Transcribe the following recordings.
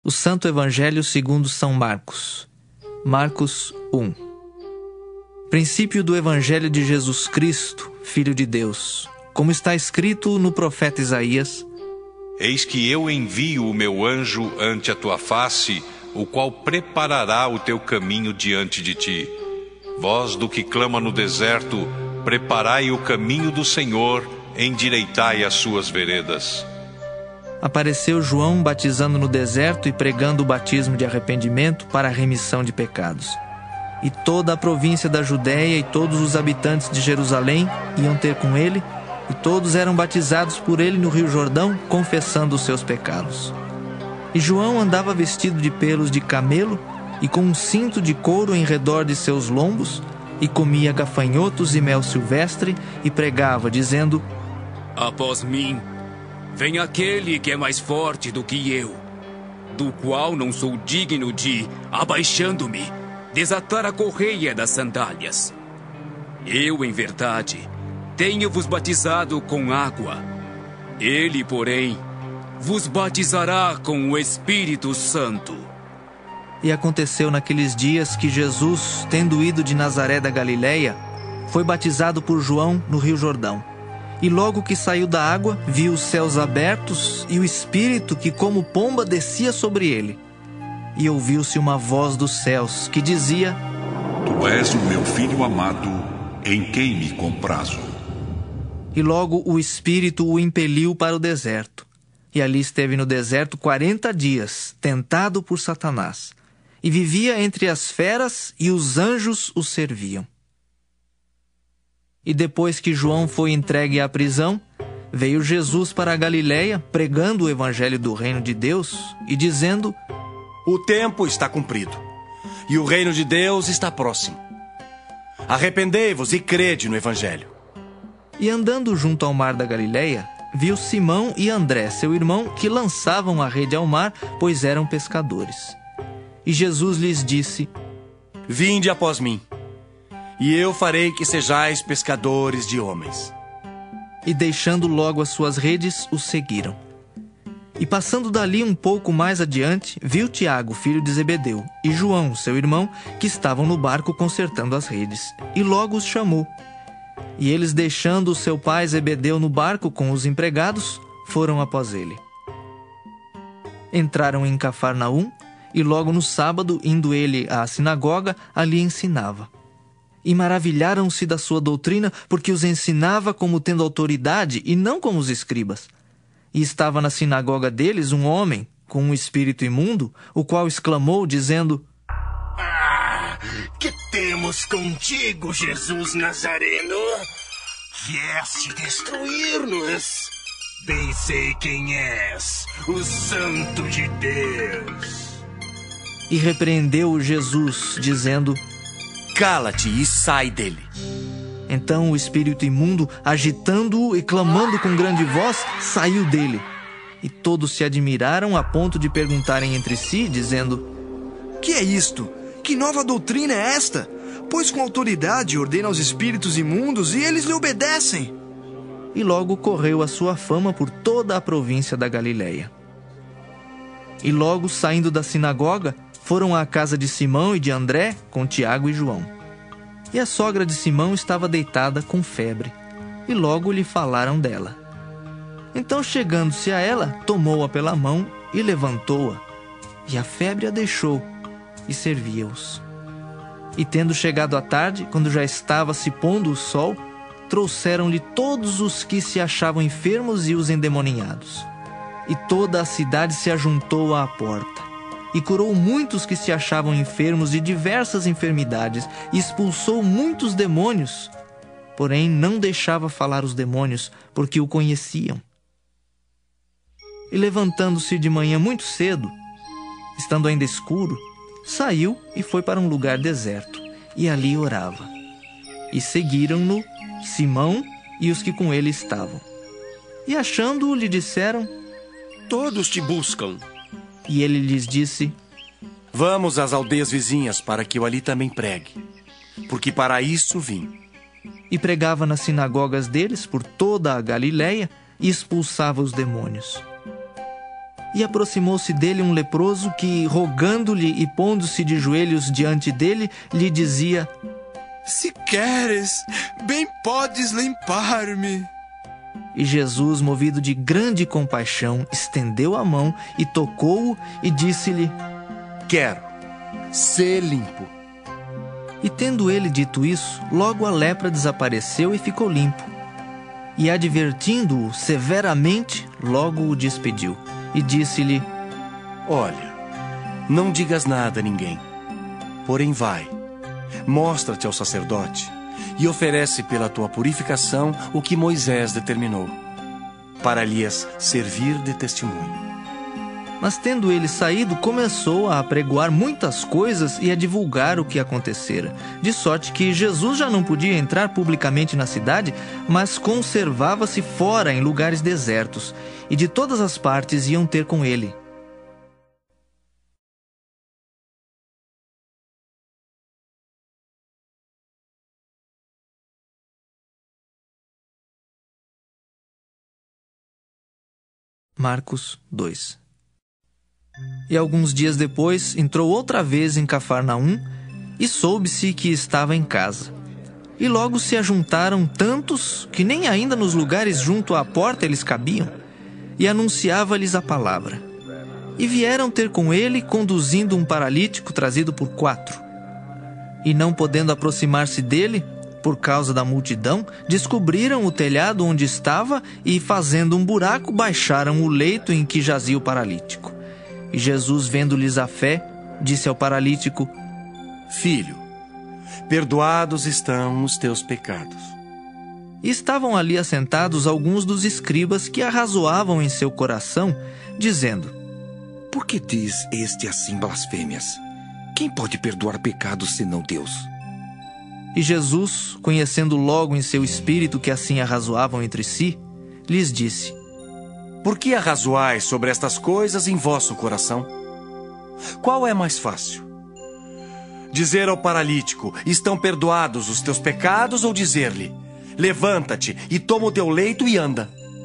O Santo Evangelho segundo São Marcos. Marcos 1. Princípio do Evangelho de Jesus Cristo, Filho de Deus, como está escrito no profeta Isaías: Eis que eu envio o meu anjo ante a tua face, o qual preparará o teu caminho diante de ti. Voz do que clama no deserto, preparai o caminho do Senhor, endireitai as suas veredas. Apareceu João batizando no deserto e pregando o batismo de arrependimento para a remissão de pecados. E toda a província da Judéia e todos os habitantes de Jerusalém iam ter com ele, e todos eram batizados por ele no Rio Jordão, confessando os seus pecados. E João andava vestido de pelos de camelo e com um cinto de couro em redor de seus lombos, e comia gafanhotos e mel silvestre, e pregava, dizendo: Após mim vem aquele que é mais forte do que eu, do qual não sou digno de, abaixando-me, desatar a correia das sandálias. Eu, em verdade, tenho-vos batizado com água. Ele, porém, vos batizará com o Espírito Santo. E aconteceu naqueles dias que Jesus, tendo ido de Nazaré da Galileia, foi batizado por João no Rio Jordão. E logo que saiu da água, viu os céus abertos e o Espírito que como pomba descia sobre ele. E ouviu-se uma voz dos céus que dizia: Tu és o meu Filho amado, em quem me comprazo. E logo o Espírito o impeliu para o deserto. E ali esteve no deserto 40 dias, tentado por Satanás. E vivia entre as feras, e os anjos o serviam. E depois que João foi entregue à prisão, veio Jesus para a Galileia, pregando o evangelho do reino de Deus e dizendo: O tempo está cumprido, e o reino de Deus está próximo. Arrependei-vos e crede no evangelho. E andando junto ao mar da Galileia, viu Simão e André, seu irmão, que lançavam a rede ao mar, pois eram pescadores. E Jesus lhes disse: Vinde após mim, e eu farei que sejais pescadores de homens. E deixando logo as suas redes, os seguiram. E passando dali um pouco mais adiante, viu Tiago, filho de Zebedeu, e João, seu irmão, que estavam no barco consertando as redes, e logo os chamou. E eles, deixando o seu pai Zebedeu no barco com os empregados, foram após ele. Entraram em Cafarnaum, e logo no sábado, indo ele à sinagoga, ali ensinava. E maravilharam-se da sua doutrina, porque os ensinava como tendo autoridade e não como os escribas. E estava na sinagoga deles um homem com um espírito imundo, o qual exclamou, dizendo: Que temos contigo, Jesus Nazareno? Vieste destruir-nos. Bem sei quem és, o Santo de Deus. E repreendeu-o Jesus, dizendo: Cala-te e sai dele. Então o espírito imundo, agitando-o e clamando com grande voz, saiu dele. E todos se admiraram a ponto de perguntarem entre si, dizendo: Que é isto? Que nova doutrina é esta? Pois com autoridade ordena aos espíritos imundos e eles lhe obedecem. E logo correu a sua fama por toda a província da Galileia. E logo, saindo da sinagoga, foram à casa de Simão e de André, com Tiago e João. E a sogra de Simão estava deitada com febre, e logo lhe falaram dela. Então, chegando-se a ela, tomou-a pela mão e levantou-a, e a febre a deixou, e servia-os. E tendo chegado a tarde, quando já estava se pondo o sol, trouxeram-lhe todos os que se achavam enfermos e os endemoninhados. E toda a cidade se ajuntou à porta. E curou muitos que se achavam enfermos de diversas enfermidades, e expulsou muitos demônios. Porém, não deixava falar os demônios, porque o conheciam. E levantando-se de manhã muito cedo, estando ainda escuro, saiu e foi para um lugar deserto, e ali orava. E seguiram-no Simão e os que com ele estavam. E achando-o, lhe disseram: Todos te buscam. E ele lhes disse: Vamos às aldeias vizinhas para que eu ali também pregue, porque para isso vim. E pregava nas sinagogas deles por toda a Galileia e expulsava os demônios. E aproximou-se dele um leproso que, rogando-lhe e pondo-se de joelhos diante dele, lhe dizia: Se queres, bem podes limpar-me. E Jesus, movido de grande compaixão, estendeu a mão e tocou-o e disse-lhe: Quero, sê limpo. E tendo ele dito isso, logo a lepra desapareceu e ficou limpo. E advertindo-o severamente, logo o despediu. E disse-lhe: Olha, não digas nada a ninguém. Porém vai, mostra-te ao sacerdote e oferece pela tua purificação o que Moisés determinou, para lhes servir de testemunho. Mas tendo ele saído, começou a apregoar muitas coisas e a divulgar o que acontecera. De sorte que Jesus já não podia entrar publicamente na cidade, mas conservava-se fora em lugares desertos, e de todas as partes iam ter com ele. Marcos 2. E alguns dias depois, entrou outra vez em Cafarnaum, e soube-se que estava em casa. E logo se ajuntaram tantos, que nem ainda nos lugares junto à porta eles cabiam, e anunciava-lhes a palavra. E vieram ter com ele, conduzindo um paralítico trazido por 4. E não podendo aproximar-se dele, por causa da multidão, descobriram o telhado onde estava e, fazendo um buraco, baixaram o leito em que jazia o paralítico. E Jesus, vendo-lhes a fé, disse ao paralítico: Filho, perdoados estão os teus pecados. E estavam ali assentados alguns dos escribas que arrazoavam em seu coração, dizendo: Por que diz este assim blasfêmias? Quem pode perdoar pecados senão Deus? E Jesus, conhecendo logo em seu espírito que assim arrazoavam entre si, lhes disse: Por que arrazoais sobre estas coisas em vosso coração? Qual é mais fácil? Dizer ao paralítico: Estão perdoados os teus pecados, ou dizer-lhe: Levanta-te e toma o teu leito e anda?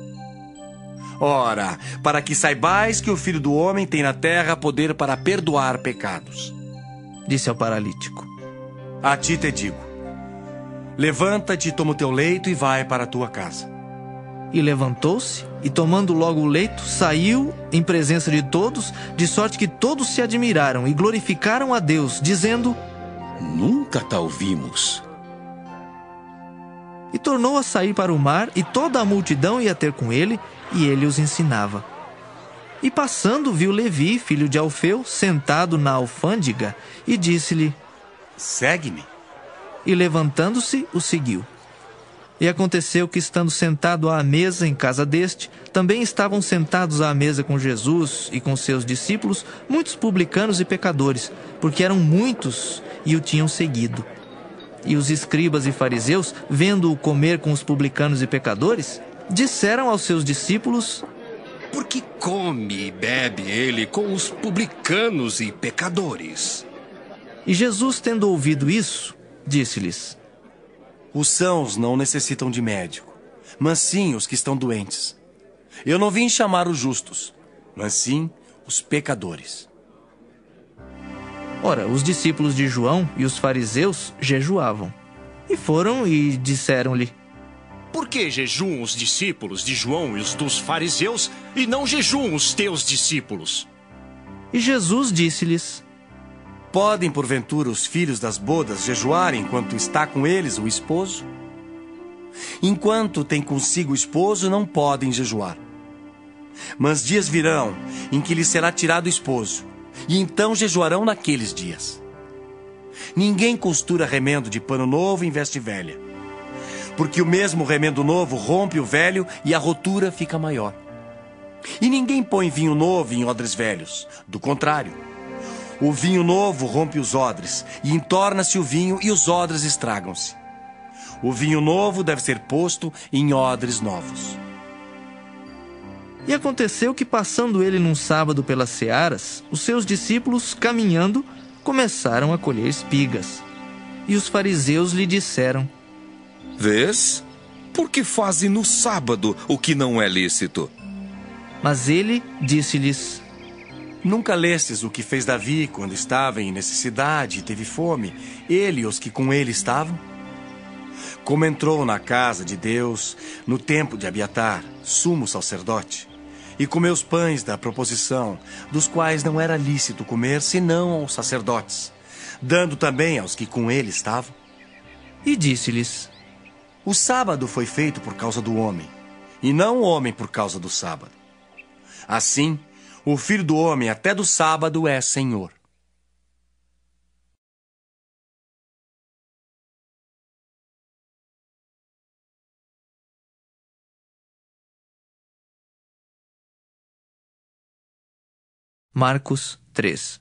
Ora, para que saibais que o Filho do Homem tem na terra poder para perdoar pecados. Disse ao paralítico: A ti te digo: Levanta-te, toma o teu leito e vai para a tua casa. E levantou-se, e tomando logo o leito, saiu em presença de todos, de sorte que todos se admiraram e glorificaram a Deus, dizendo: Nunca tal vimos. E tornou a sair para o mar, e toda a multidão ia ter com ele, e ele os ensinava. E passando, viu Levi, filho de Alfeu, sentado na alfândega, e disse-lhe: Segue-me. E levantando-se, o seguiu. E aconteceu que, estando sentado à mesa em casa deste, também estavam sentados à mesa com Jesus e com seus discípulos muitos publicanos e pecadores, porque eram muitos e o tinham seguido. E os escribas e fariseus, vendo-o comer com os publicanos e pecadores, disseram aos seus discípulos: Por que come e bebe ele com os publicanos e pecadores? E Jesus, tendo ouvido isso, disse-lhes: Os sãos não necessitam de médico, mas sim os que estão doentes. Eu não vim chamar os justos, mas sim os pecadores. Ora, os discípulos de João e os fariseus jejuavam. E foram e disseram-lhe: Por que jejuam os discípulos de João e os dos fariseus, e não jejuam os teus discípulos? E Jesus disse-lhes: Podem, porventura, os filhos das bodas jejuarem enquanto está com eles o esposo? Enquanto tem consigo o esposo, não podem jejuar. Mas dias virão em que lhes será tirado o esposo, e então jejuarão naqueles dias. Ninguém costura remendo de pano novo em veste velha, porque o mesmo remendo novo rompe o velho e a rotura fica maior. E ninguém põe vinho novo em odres velhos, do contrário. O vinho novo rompe os odres, e entorna-se o vinho, e os odres estragam-se. O vinho novo deve ser posto em odres novos. E aconteceu que, passando ele num sábado pelas searas, os seus discípulos, caminhando, começaram a colher espigas. E os fariseus lhe disseram: Vês? Por que fazem no sábado o que não é lícito? Mas ele disse-lhes: Nunca lestes o que fez Davi quando estava em necessidade e teve fome, ele e os que com ele estavam? Como entrou na casa de Deus no tempo de Abiatar, sumo sacerdote, e comeu os pães da proposição, dos quais não era lícito comer senão aos sacerdotes, dando também aos que com ele estavam? E disse-lhes: O sábado foi feito por causa do homem, e não o homem por causa do sábado. Assim, o Filho do Homem até do sábado é Senhor. Marcos 3.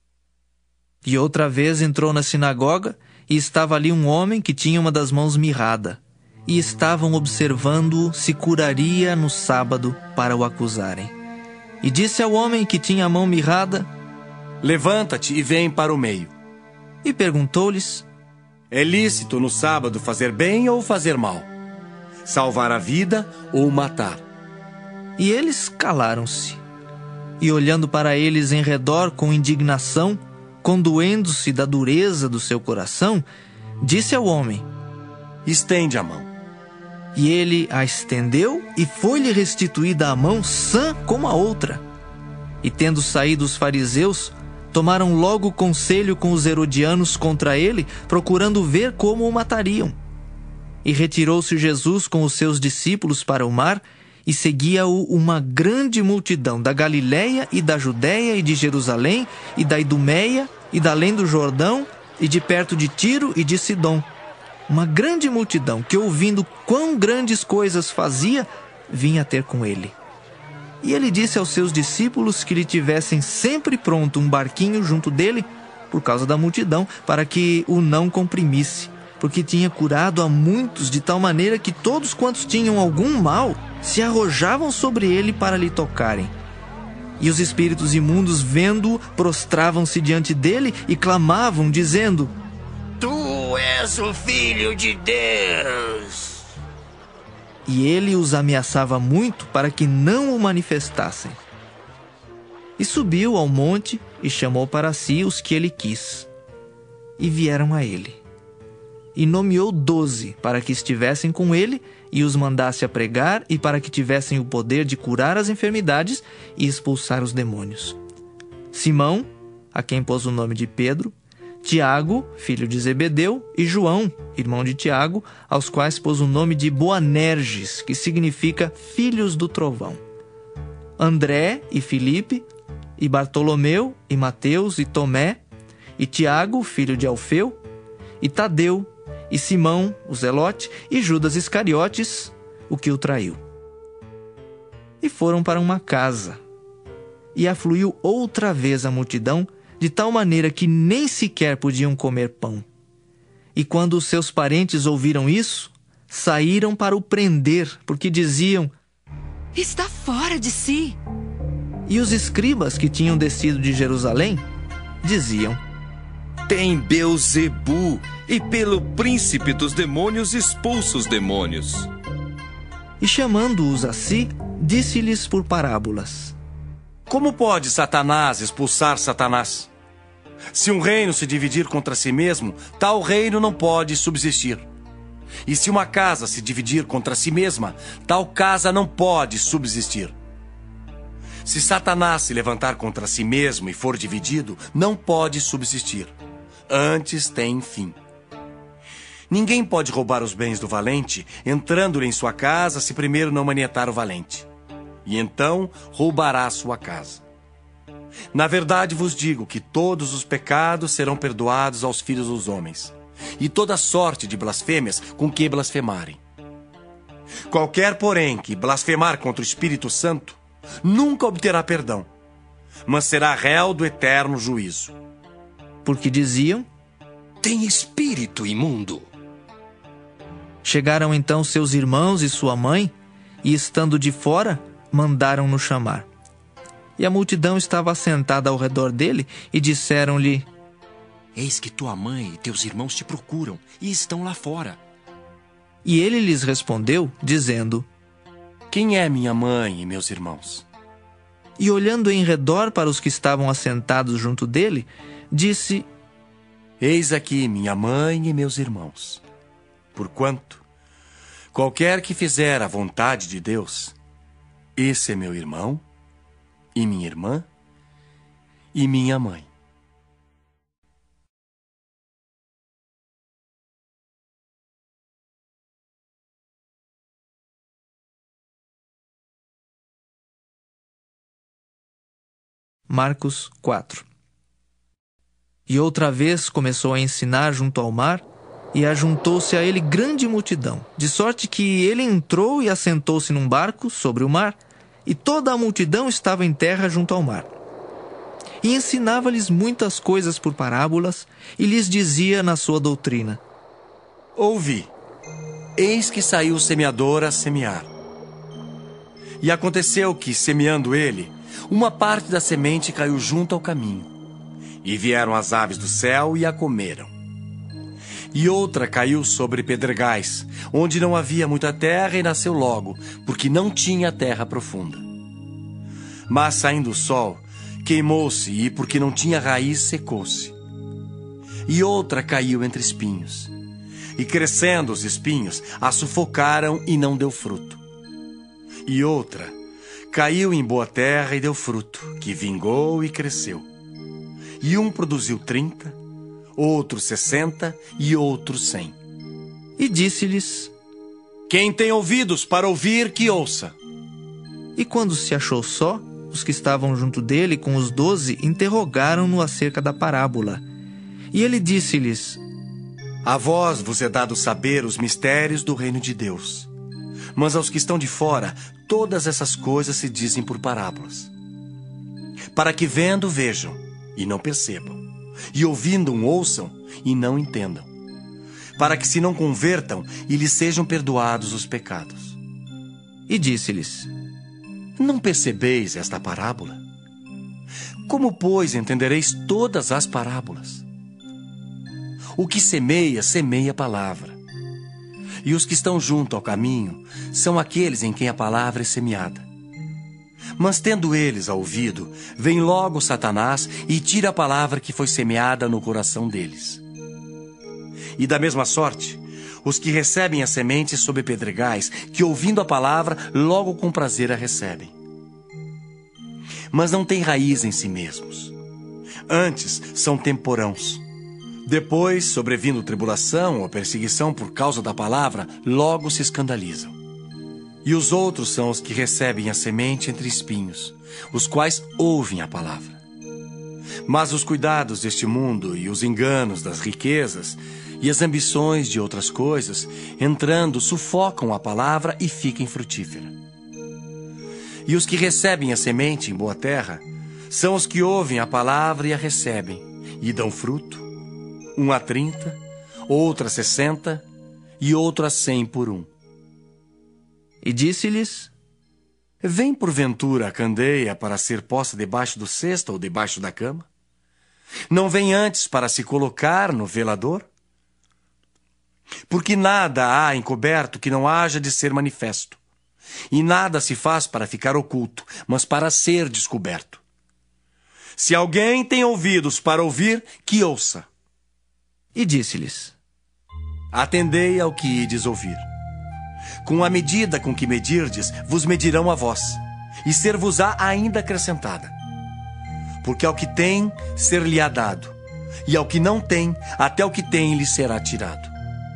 E outra vez entrou na sinagoga, e estava ali um homem que tinha uma das mãos mirrada, e estavam observando-o se curaria no sábado para o acusarem. E disse ao homem que tinha a mão mirrada: Levanta-te e vem para o meio. E perguntou-lhes: É lícito no sábado fazer bem ou fazer mal? Salvar a vida ou matar? E eles calaram-se. E olhando para eles em redor com indignação, condoendo-se da dureza do seu coração, disse ao homem: Estende a mão. E ele a estendeu, e foi-lhe restituída a mão sã como a outra. E tendo saído os fariseus, tomaram logo conselho com os herodianos contra ele, procurando ver como o matariam. E retirou-se Jesus com os seus discípulos para o mar, e seguia-o uma grande multidão da Galiléia e da Judéia e de Jerusalém e da Idumeia e da além do Jordão e de perto de Tiro e de Sidom. Uma grande multidão que, ouvindo quão grandes coisas fazia, vinha ter com ele. E ele disse aos seus discípulos que lhe tivessem sempre pronto um barquinho junto dele, por causa da multidão, para que o não comprimisse, porque tinha curado a muitos de tal maneira que todos quantos tinham algum mal se arrojavam sobre ele para lhe tocarem. E os espíritos imundos, vendo-o, prostravam-se diante dele e clamavam, dizendo: Tu és o Filho de Deus. E ele os ameaçava muito para que não o manifestassem. E subiu ao monte e chamou para si os que ele quis. E vieram a ele. E nomeou 12 para que estivessem com ele e os mandasse a pregar e para que tivessem o poder de curar as enfermidades e expulsar os demônios. Simão, a quem pôs o nome de Pedro, Tiago, filho de Zebedeu, e João, irmão de Tiago, aos quais pôs o nome de Boanerges, que significa filhos do trovão. André e Filipe, e Bartolomeu, e Mateus, e Tomé, e Tiago, filho de Alfeu, e Tadeu, e Simão, o Zelote, e Judas Iscariotes, o que o traiu. E foram para uma casa. E afluiu outra vez a multidão, de tal maneira que nem sequer podiam comer pão. E quando os seus parentes ouviram isso, saíram para o prender, porque diziam: Está fora de si. E os escribas que tinham descido de Jerusalém diziam: Tem Beelzebu, e pelo príncipe dos demônios expulsa os demônios. E chamando-os a si, disse-lhes por parábolas: Como pode Satanás expulsar Satanás? Se um reino se dividir contra si mesmo, tal reino não pode subsistir. E se uma casa se dividir contra si mesma, tal casa não pode subsistir. Se Satanás se levantar contra si mesmo e for dividido, não pode subsistir. Antes tem fim. Ninguém pode roubar os bens do valente, entrando-lhe em sua casa, se primeiro não manietar o valente. E então roubará sua casa. Na verdade vos digo que todos os pecados serão perdoados aos filhos dos homens, e toda sorte de blasfêmias com que blasfemarem. Qualquer, porém, que blasfemar contra o Espírito Santo, nunca obterá perdão, mas será réu do eterno juízo. Porque diziam: Tem espírito imundo. Chegaram então seus irmãos e sua mãe, e estando de fora, mandaram-no chamar. E a multidão estava assentada ao redor dele, e disseram-lhe: Eis que tua mãe e teus irmãos te procuram, e estão lá fora. E ele lhes respondeu, dizendo: Quem é minha mãe e meus irmãos? e olhando em redor para os que estavam assentados junto dele, disse: Eis aqui minha mãe e meus irmãos. Porquanto, qualquer que fizer a vontade de Deus, esse é meu irmão, e minha irmã, e minha mãe. Marcos 4. E outra vez começou a ensinar junto ao mar, e ajuntou-se a ele grande multidão, de sorte que ele entrou e assentou-se num barco sobre o mar, e toda a multidão estava em terra junto ao mar. E ensinava-lhes muitas coisas por parábolas, e lhes dizia na sua doutrina: Ouvi, eis que saiu o semeador a semear. E aconteceu que, semeando ele, uma parte da semente caiu junto ao caminho, e vieram as aves do céu e a comeram. E outra caiu sobre pedregais, onde não havia muita terra, e nasceu logo, porque não tinha terra profunda. Mas saindo o sol, queimou-se, e porque não tinha raiz, secou-se. E outra caiu entre espinhos, e crescendo os espinhos, a sufocaram e não deu fruto. E outra caiu em boa terra e deu fruto, que vingou e cresceu. E um produziu 30, outro 60 e outro 100. E disse-lhes: Quem tem ouvidos para ouvir, que ouça. E quando se achou só, os que estavam junto dele com os 12 interrogaram-no acerca da parábola. E ele disse-lhes: A vós vos é dado saber os mistérios do reino de Deus. Mas aos que estão de fora, todas essas coisas se dizem por parábolas, para que vendo vejam e não percebam, e ouvindo ouçam e não entendam, para que se não convertam e lhes sejam perdoados os pecados. E disse-lhes: Não percebeis esta parábola? Como, pois, entendereis todas as parábolas? O que semeia, semeia a palavra. E os que estão junto ao caminho são aqueles em quem a palavra é semeada. Mas tendo eles a ouvido, vem logo Satanás e tira a palavra que foi semeada no coração deles. E da mesma sorte, os que recebem a semente sob pedregais, que ouvindo a palavra, logo com prazer a recebem. Mas não têm raiz em si mesmos. Antes são temporãos. Depois, sobrevindo tribulação ou perseguição por causa da palavra, logo se escandalizam. E os outros são os que recebem a semente entre espinhos, os quais ouvem a palavra. Mas os cuidados deste mundo e os enganos das riquezas e as ambições de outras coisas, entrando, sufocam a palavra e fica infrutífera. E os que recebem a semente em boa terra são os que ouvem a palavra e a recebem, e dão fruto, um a 30, outro a 60 e outro a 100 por um. E disse-lhes: Vem porventura a candeia para ser posta debaixo do cesto ou debaixo da cama? Não vem antes para se colocar no velador? Porque nada há encoberto que não haja de ser manifesto, e nada se faz para ficar oculto, mas para ser descoberto. Se alguém tem ouvidos para ouvir, que ouça. E disse-lhes: Atendei ao que ides ouvir. Com a medida com que medirdes, vos medirão a vós, e ser-vos-á ainda acrescentada. Porque ao que tem, ser-lhe-á dado, e ao que não tem, até o que tem lhe será tirado.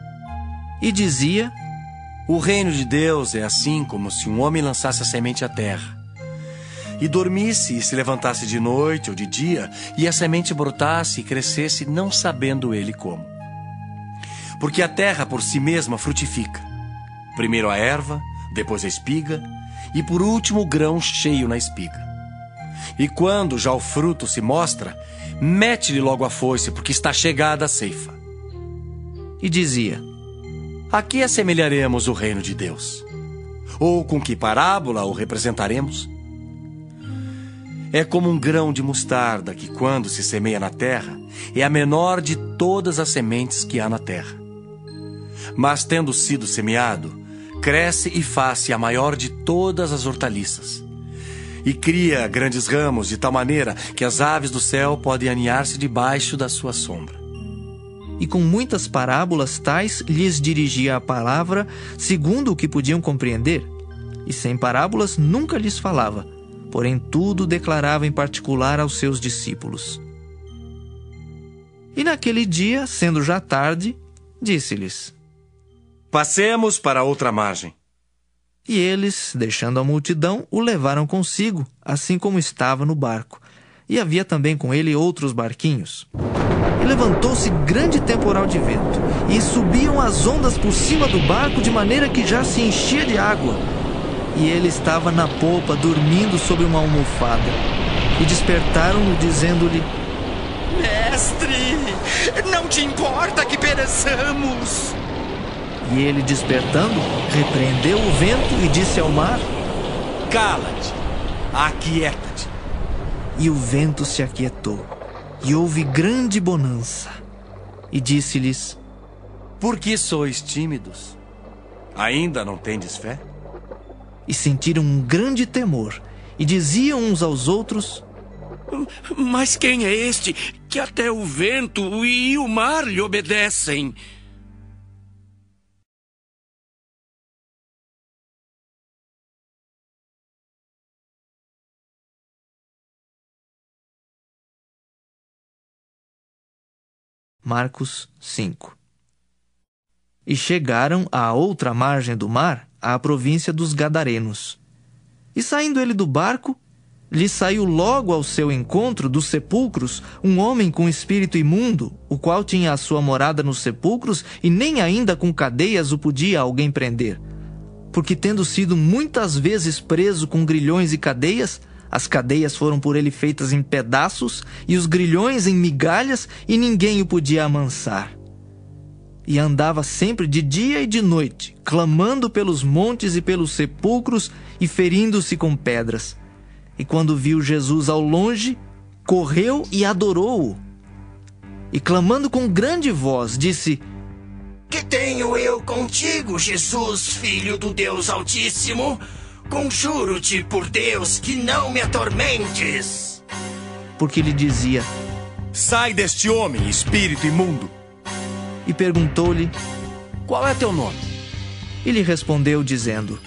E dizia: O reino de Deus é assim como se um homem lançasse a semente à terra, e dormisse e se levantasse de noite ou de dia, e a semente brotasse e crescesse, não sabendo ele como. Porque a terra por si mesma frutifica. Primeiro a erva, depois a espiga, e por último o grão cheio na espiga. E quando já o fruto se mostra, mete-lhe logo a foice, porque está chegada a ceifa. E dizia: A que assemelharemos o reino de Deus? Ou com que parábola o representaremos? É como um grão de mostarda que, quando se semeia na terra, é a menor de todas as sementes que há na terra. Mas, tendo sido semeado, cresce e faz-se a maior de todas as hortaliças, e cria grandes ramos de tal maneira que as aves do céu podem aninhar-se debaixo da sua sombra. E com muitas parábolas tais lhes dirigia a palavra, segundo o que podiam compreender. E sem parábolas nunca lhes falava, porém tudo declarava em particular aos seus discípulos. E naquele dia, sendo já tarde, disse-lhes: Passemos para outra margem. E eles, deixando a multidão, o levaram consigo, assim como estava no barco. E havia também com ele outros barquinhos. E levantou-se grande temporal de vento, e subiam as ondas por cima do barco, de maneira que já se enchia de água. E ele estava na popa, dormindo sobre uma almofada. E despertaram-no, dizendo-lhe: Mestre, não te importa que pereçamos? E ele, despertando, repreendeu o vento e disse ao mar: Cala-te, aquieta-te. E o vento se aquietou, e houve grande bonança. E disse-lhes: Por que sois tímidos? Ainda não tendes fé? E sentiram um grande temor, e diziam uns aos outros: Mas quem é este que até o vento e o mar lhe obedecem? Marcos 5. E chegaram à outra margem do mar, à província dos Gadarenos. E saindo ele do barco, lhe saiu logo ao seu encontro dos sepulcros um homem com espírito imundo, o qual tinha a sua morada nos sepulcros, e nem ainda com cadeias o podia alguém prender. Porque tendo sido muitas vezes preso com grilhões e cadeias, as cadeias foram por ele feitas em pedaços, e os grilhões em migalhas, e ninguém o podia amansar. E andava sempre de dia e de noite, clamando pelos montes e pelos sepulcros, e ferindo-se com pedras. E quando viu Jesus ao longe, correu e adorou-o. E clamando com grande voz, disse: Que tenho eu contigo, Jesus, Filho do Deus Altíssimo? Conjuro-te por Deus que não me atormentes. Porque lhe dizia: Sai deste homem, espírito imundo. E perguntou-lhe: Qual é teu nome? E lhe respondeu, dizendo: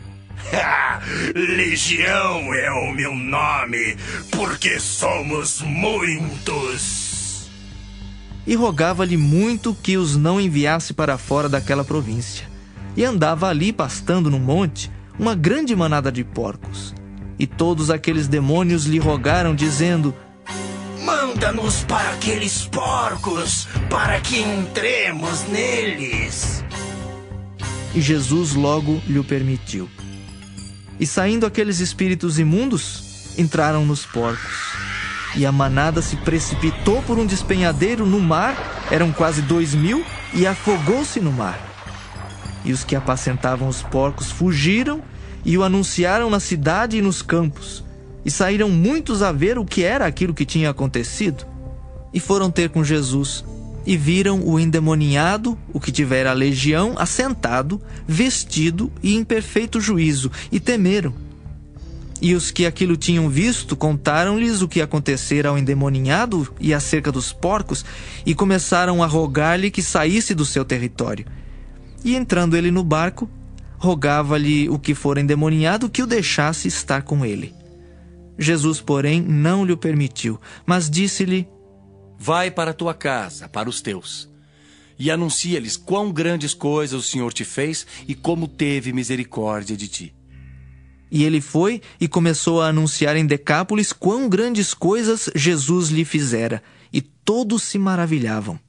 Legião é o meu nome, porque somos muitos. E rogava-lhe muito que os não enviasse para fora daquela província. E andava ali, pastando no monte, uma grande manada de porcos. E todos aqueles demônios lhe rogaram, dizendo: Manda-nos para aqueles porcos, para que entremos neles. E Jesus logo lhe permitiu. E saindo aqueles espíritos imundos, entraram nos porcos. E a manada se precipitou por um despenhadeiro no mar, eram quase 2.000, e afogou-se no mar. E os que apacentavam os porcos fugiram e o anunciaram na cidade e nos campos. E saíram muitos a ver o que era aquilo que tinha acontecido. E foram ter com Jesus, e viram o endemoniado, o que tivera a legião, assentado, vestido e em perfeito juízo, e temeram. E os que aquilo tinham visto contaram-lhes o que acontecera ao endemoniado e acerca dos porcos, e começaram a rogar-lhe que saísse do seu território. E entrando ele no barco, rogava-lhe o que fora endemoniado que o deixasse estar com ele. Jesus, porém, não lhe o permitiu, mas disse-lhe: Vai para a tua casa, para os teus, e anuncia-lhes quão grandes coisas o Senhor te fez e como teve misericórdia de ti. E ele foi e começou a anunciar em Decápolis quão grandes coisas Jesus lhe fizera, e todos se maravilhavam.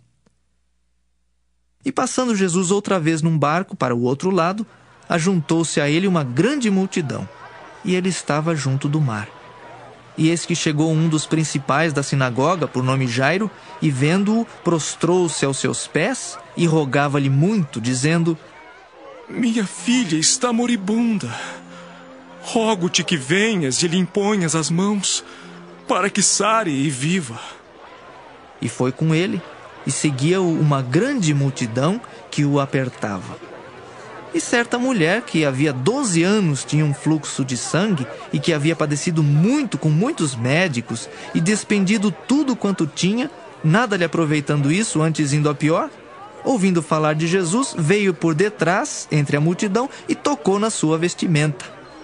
E passando Jesus outra vez num barco para o outro lado, ajuntou-se a ele uma grande multidão, e ele estava junto do mar. E eis que chegou um dos principais da sinagoga, por nome Jairo, e vendo-o, prostrou-se aos seus pés e rogava-lhe muito, dizendo: Minha filha está moribunda. Rogo-te que venhas e lhe imponhas as mãos, para que sare e viva. E foi com ele, e seguia-o uma grande multidão que o apertava. E certa mulher, que havia 12 anos tinha um fluxo de sangue e que havia padecido muito com muitos médicos e despendido tudo quanto tinha, nada lhe aproveitando isso, antes indo a pior, ouvindo falar de Jesus, veio por detrás, entre a multidão, e tocou na sua vestimenta.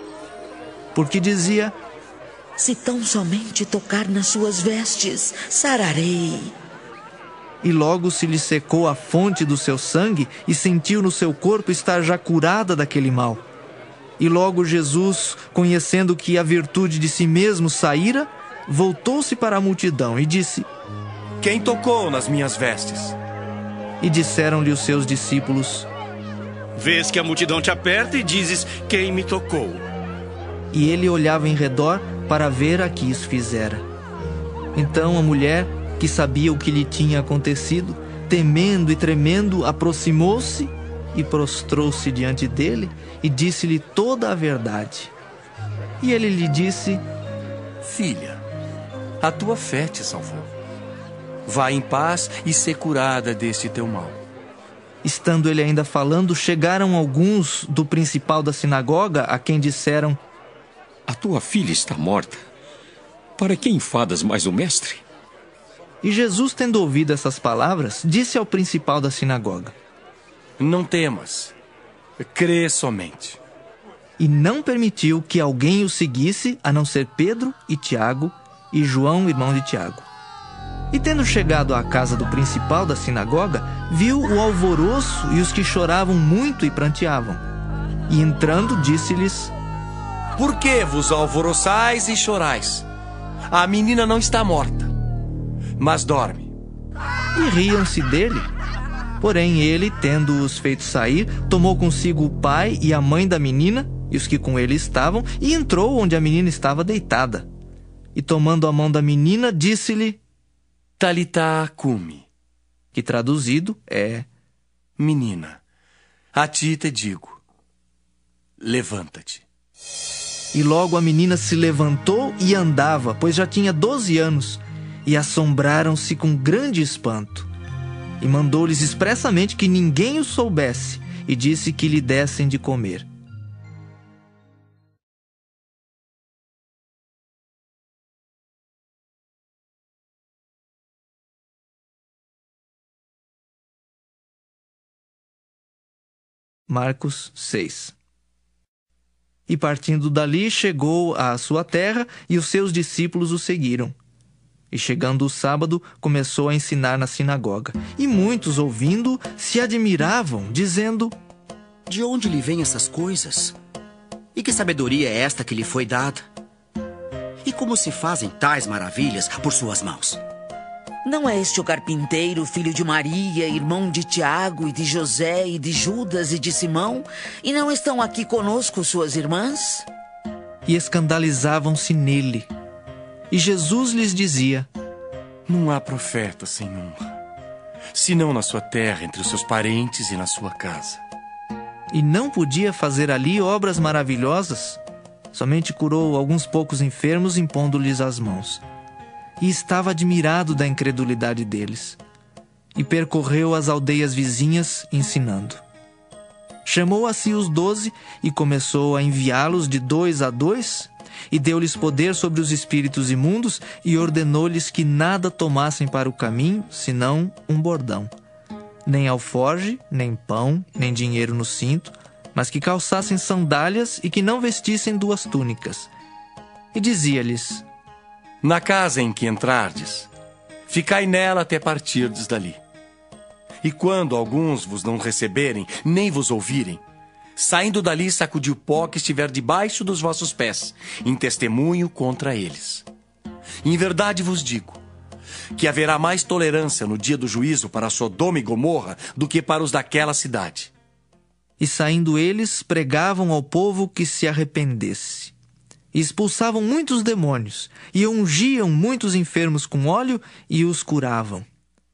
Porque dizia: se tão somente tocar nas suas vestes, sararei. E logo se lhe secou a fonte do seu sangue e sentiu no seu corpo estar já curada daquele mal. E logo Jesus, conhecendo que a virtude de si mesmo saíra, voltou-se para a multidão e disse: quem tocou nas minhas vestes? E disseram-lhe os seus discípulos: vês que a multidão te aperta e dizes: quem me tocou? E ele olhava em redor para ver a que isso fizera. Então a mulher, que sabia o que lhe tinha acontecido, temendo e tremendo, aproximou-se e prostrou-se diante dele e disse-lhe toda a verdade. E ele lhe disse: filha, a tua fé te salvou. Vá em paz e ser curada deste teu mal. Estando ele ainda falando, chegaram alguns do principal da sinagoga, a quem disseram: a tua filha está morta. Para que enfadas mais o mestre? E Jesus, tendo ouvido essas palavras, disse ao principal da sinagoga: não temas, crê somente. E não permitiu que alguém o seguisse, a não ser Pedro e Tiago e João, irmão de Tiago. E tendo chegado à casa do principal da sinagoga, viu o alvoroço e os que choravam muito e pranteavam. E entrando, disse-lhes: por que vos alvoroçais e chorais? A menina não está morta, mas dorme. E riam-se dele. Porém ele, tendo-os feito sair, tomou consigo o pai e a mãe da menina e os que com ele estavam, e entrou onde a menina estava deitada. E tomando a mão da menina, disse-lhe: Talitá cumi, que traduzido é: menina, a ti te digo, levanta-te. E logo a menina se levantou e andava, pois já tinha 12 anos, e assombraram-se com grande espanto. E mandou-lhes expressamente que ninguém o soubesse, e disse que lhe dessem de comer. Marcos 6. E partindo dali, chegou à sua terra, e os seus discípulos o seguiram. E chegando o sábado, começou a ensinar na sinagoga. E muitos, ouvindo, se admiravam, dizendo: de onde lhe vêm essas coisas? E que sabedoria é esta que lhe foi dada? E como se fazem tais maravilhas por suas mãos? Não é este o carpinteiro, filho de Maria, irmão de Tiago e de José e de Judas e de Simão? E não estão aqui conosco suas irmãs? E escandalizavam-se nele. E Jesus lhes dizia: não há profeta sem honra, senão na sua terra, entre os seus parentes e na sua casa. E não podia fazer ali obras maravilhosas, somente curou alguns poucos enfermos, impondo-lhes as mãos. E estava admirado da incredulidade deles. E percorreu as aldeias vizinhas, ensinando. Chamou a si os 12 e começou a enviá-los de 2 a 2, e deu-lhes poder sobre os espíritos imundos, e ordenou-lhes que nada tomassem para o caminho, senão um bordão. Nem alforge, nem pão, nem dinheiro no cinto, mas que calçassem sandálias e que não vestissem 2 túnicas. E dizia-lhes: na casa em que entrardes, ficai nela até partirdes dali. E quando alguns vos não receberem, nem vos ouvirem, saindo dali, sacudi o pó que estiver debaixo dos vossos pés, em testemunho contra eles. Em verdade vos digo, que haverá mais tolerância no dia do juízo para Sodoma e Gomorra do que para os daquela cidade. E saindo eles, pregavam ao povo que se arrependesse. E expulsavam muitos demônios, e ungiam muitos enfermos com óleo, e os curavam.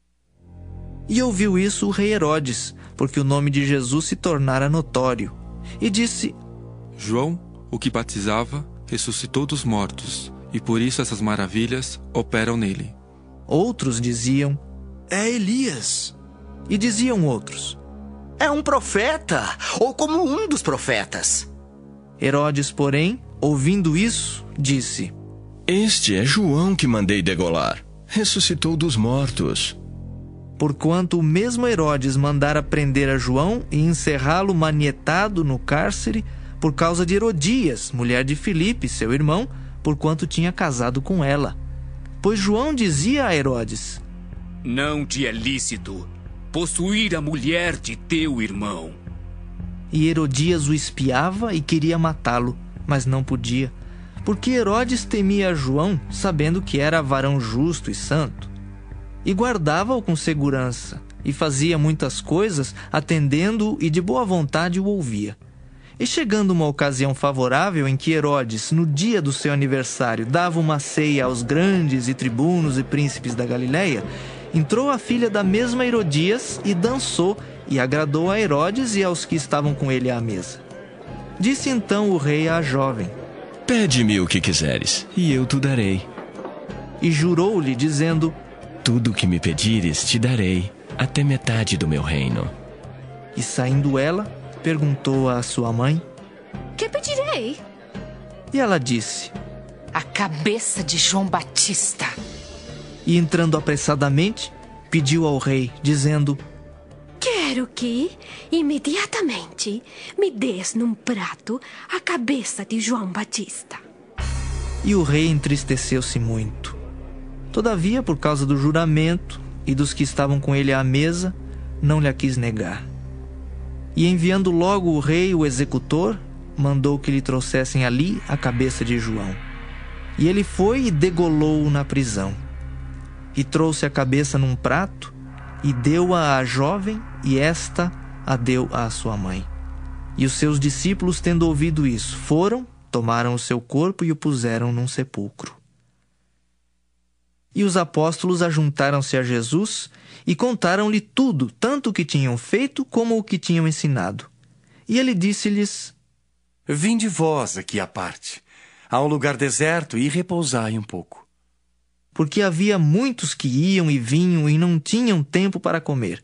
E ouviu isso o rei Herodes, porque o nome de Jesus se tornara notório. E disse: João, o que batizava, ressuscitou dos mortos, e por isso essas maravilhas operam nele. Outros diziam: é Elias. E diziam outros: É um profeta, ou como um dos profetas. Herodes, porém, ouvindo isso, disse: Este é João que mandei degolar. Ressuscitou dos mortos. Porquanto o mesmo Herodes mandara prender a João e encerrá-lo manietado no cárcere por causa de Herodias, mulher de Filipe, seu irmão, porquanto tinha casado com ela. Pois João dizia a Herodes: Não te é lícito possuir a mulher de teu irmão. E Herodias o espiava e queria matá-lo, mas não podia, porque Herodes temia João, sabendo que era varão justo e santo. E guardava-o com segurança, e fazia muitas coisas, atendendo-o e de boa vontade o ouvia. E chegando uma ocasião favorável em que Herodes, no dia do seu aniversário, dava uma ceia aos grandes e tribunos e príncipes da Galileia, entrou a filha da mesma Herodias e dançou, e agradou a Herodes e aos que estavam com ele à mesa. Disse então o rei à jovem: Pede-me o que quiseres, e eu te darei. E jurou-lhe, dizendo: Tudo o que me pedires te darei, até metade do meu reino. E saindo ela, perguntou à sua mãe: Que pedirei? E ela disse: A cabeça de João Batista. E entrando apressadamente, pediu ao rei, dizendo: Quero que, imediatamente, me des num prato a cabeça de João Batista. E o rei entristeceu-se muito. Todavia, por causa do juramento e dos que estavam com ele à mesa, não lhe a quis negar. E enviando logo o rei o executor, mandou que lhe trouxessem ali a cabeça de João. E ele foi e degolou-o na prisão. E trouxe a cabeça num prato, e deu-a à jovem, e esta a deu à sua mãe. E os seus discípulos, tendo ouvido isso, foram, tomaram o seu corpo e o puseram num sepulcro. E os apóstolos ajuntaram-se a Jesus e contaram-lhe tudo, tanto o que tinham feito como o que tinham ensinado. E ele disse-lhes: Vinde vós aqui à parte, a um lugar deserto, e repousai um pouco. Porque havia muitos que iam e vinham e não tinham tempo para comer.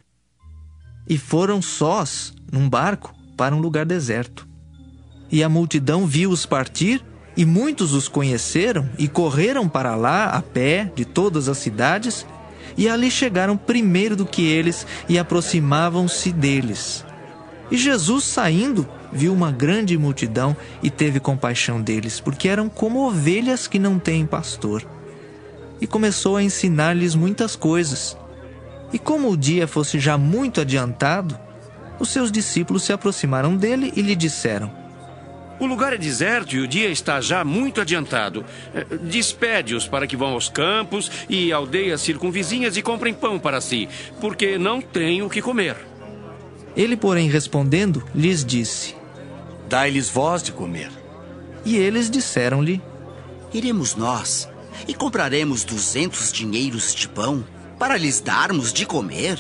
E foram sós, num barco, para um lugar deserto. E a multidão viu-os partir, e muitos os conheceram e correram para lá a pé de todas as cidades, e ali chegaram primeiro do que eles e aproximavam-se deles. E Jesus, saindo, viu uma grande multidão e teve compaixão deles, porque eram como ovelhas que não têm pastor. E começou a ensinar-lhes muitas coisas. E como o dia fosse já muito adiantado, os seus discípulos se aproximaram dele e lhe disseram: O lugar é deserto e o dia está já muito adiantado. Despede-os para que vão aos campos e aldeias circunvizinhas e comprem pão para si, porque não têm o que comer. Ele, porém, respondendo, lhes disse: Dai-lhes vós de comer. E eles disseram-lhe: Iremos nós e compraremos 200 dinheiros de pão para lhes darmos de comer?